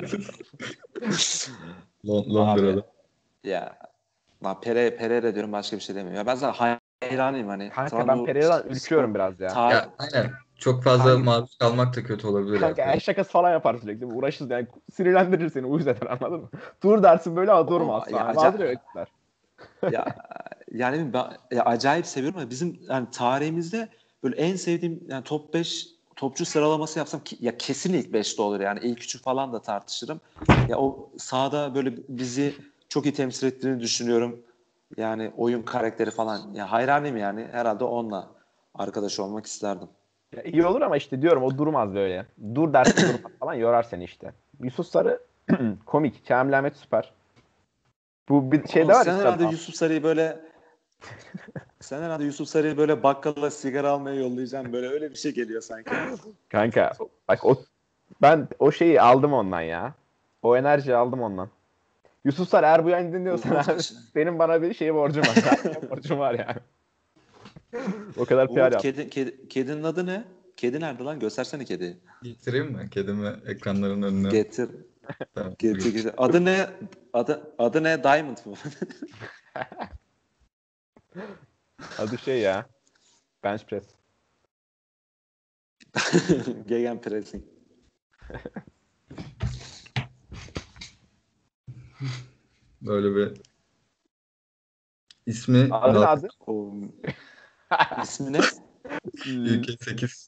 Abi Londra'da. ya Pereira diyorum başka bir şey demiyorum. Ya ben zaten hayranıyım hani Kanka ben Pereira'dan Trabzonspor ürküyorum biraz ya. tarih Ya aynen. Çok fazla kanka maruz kalmak da kötü olabilir ya. Kanka el şakası falan yapar sürekli. Uğraşırız yani. Sinirlendirir seni. Uyuz eder anladın mı? Dur dersin böyle ama durma o, ya, asla. Vardır ya öyle tipler. ya yani acayip seviyorum ama bizim yani tarihimizde böyle en sevdiğim yani top 5 topçu sıralaması yapsam ya kesin ilk 5'te olur yani ilk 3'ü falan da tartışırım. Ya o sahada böyle bizi çok iyi temsil ettiğini düşünüyorum. Yani oyun karakteri falan. Ya hayranıyım yani. Herhalde onunla arkadaş olmak isterdim. Ya iyi olur ama işte diyorum o durmaz böyle. Dur dersin durmaz falan yorar seni işte. Yusuf Sarı komik. Kamil Ahmet süper. Bu bir şey de Oğlum var işte. sen herhalde Yusuf Sarı'yı böyle bakkala sigara almaya yollayacağım. Böyle öyle bir şey geliyor sanki. Kanka bak ben o şeyi aldım ondan ya. O enerjiyi aldım ondan. Yusuf Sarı eğer bu yayını dinliyorsan Umut, abi benim bana bir şey borcum var. Borcum var yani. O kadar PR Umut yap. kedinin adı ne? Kedi nerede lan? Göstersene kediyi. Getireyim mi? Kedimi ekranların önüne. Getir. Tamam. Getir. Adı ne? Adı ne? Diamond mı? Adı şey ya. Bench press. Gegenpressing. Böyle bir ismi Adı ne adı? O, ismi ne? UK8.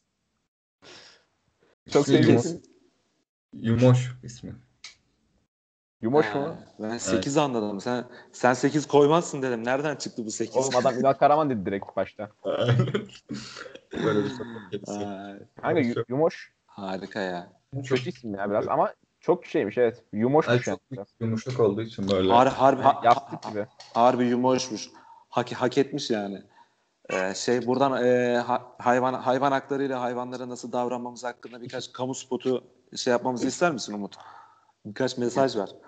Çok İsmi sevdiği Kes. isim. Yumoş ismi. Yumoş Ha, mu? ben Evet. 8 anladım. Sen 8 koymazsın dedim. Nereden çıktı bu 8? Oğlum adam Ünal Karaman dedi direkt başta. Böyle bir sokak kedisi. Kanka Yumoş Harika ya. Çok kötü isim ya biraz ama çok şeymiş evet. Ay, Yumoşmuş yani çok biraz. yumuşak olduğu için böyle. Harbi Yani yastık gibi. harbi yumuşmuş. Hak etmiş yani. Buradan hayvan haklarıyla hayvanlara nasıl davranmamız hakkında birkaç kamu spotu yapmamızı ister misin Umut? Birkaç mesaj ver.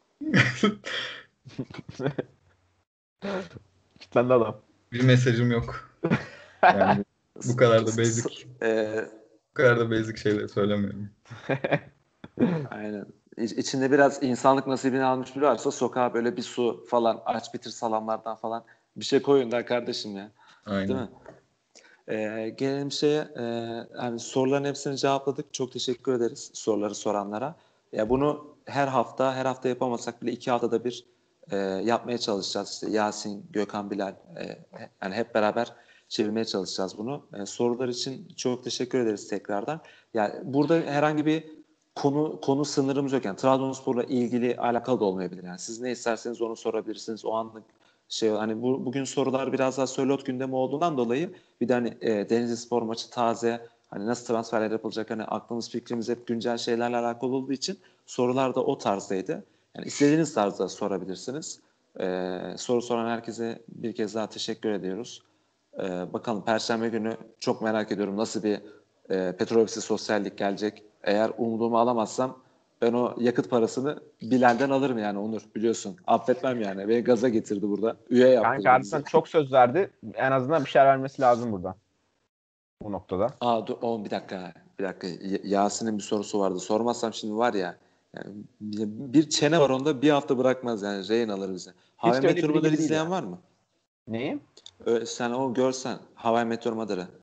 Kitlendi adam. Bir mesajım yok. Yani bu kadar da basic. Bu kadar da basic şeyleri söylemiyorum. Aynen. İçinde biraz insanlık nasibini almış biri varsa sokağa böyle bir su falan, aç bitir salamlardan falan bir şey koyun da kardeşim ya. Aynen. Değil mi? Gelelim yani soruların hepsini cevapladık. Çok teşekkür ederiz soruları soranlara. Ya bunu her hafta yapamasak bile 2 haftada bir yapmaya çalışacağız. İşte Yasin, Gökhan, Bilal yani hep beraber çevirmeye çalışacağız bunu. Sorular için çok teşekkür ederiz tekrardan. Yani burada herhangi bir konu sınırımız yok. Yani Trabzonspor'la ilgili alakalı da olmayabilir. Yani siz ne isterseniz onu sorabilirsiniz. O anlık hani bugün sorular biraz daha Sörloth gündemi olduğundan dolayı bir de hani Denizlispor maçı taze, hani nasıl transferler yapılacak, hani aklımız fikrimiz hep güncel şeylerle alakalı olduğu için sorular da o tarzdaydı. Yani istediğiniz tarzda sorabilirsiniz. Soru soran herkese bir kez daha teşekkür ediyoruz. Bakalım Perşembe günü çok merak ediyorum nasıl bir Petrol Ofisi Sosyallik gelecek. Eğer umudumu alamazsam ben o yakıt parasını Bilal'den alırım yani Onur, biliyorsun. Affetmem yani. Beni gaza getirdi burada. Üye yaptırdı Kanka bizi. harbiden çok söz verdi. En azından bir şeyler vermesi lazım burada. Bu noktada. Dur, oğlum bir dakika. Yasin'in bir sorusu vardı. Sormazsam şimdi var ya, yani bir çene var onda, bir hafta bırakmaz yani. Rehin alır bize. How I Hiç de Met öyle Your biri Mother'ı gibi değil izleyen ya. var mı? Neyi? Sen o görsen How I Met Your Mother'ı.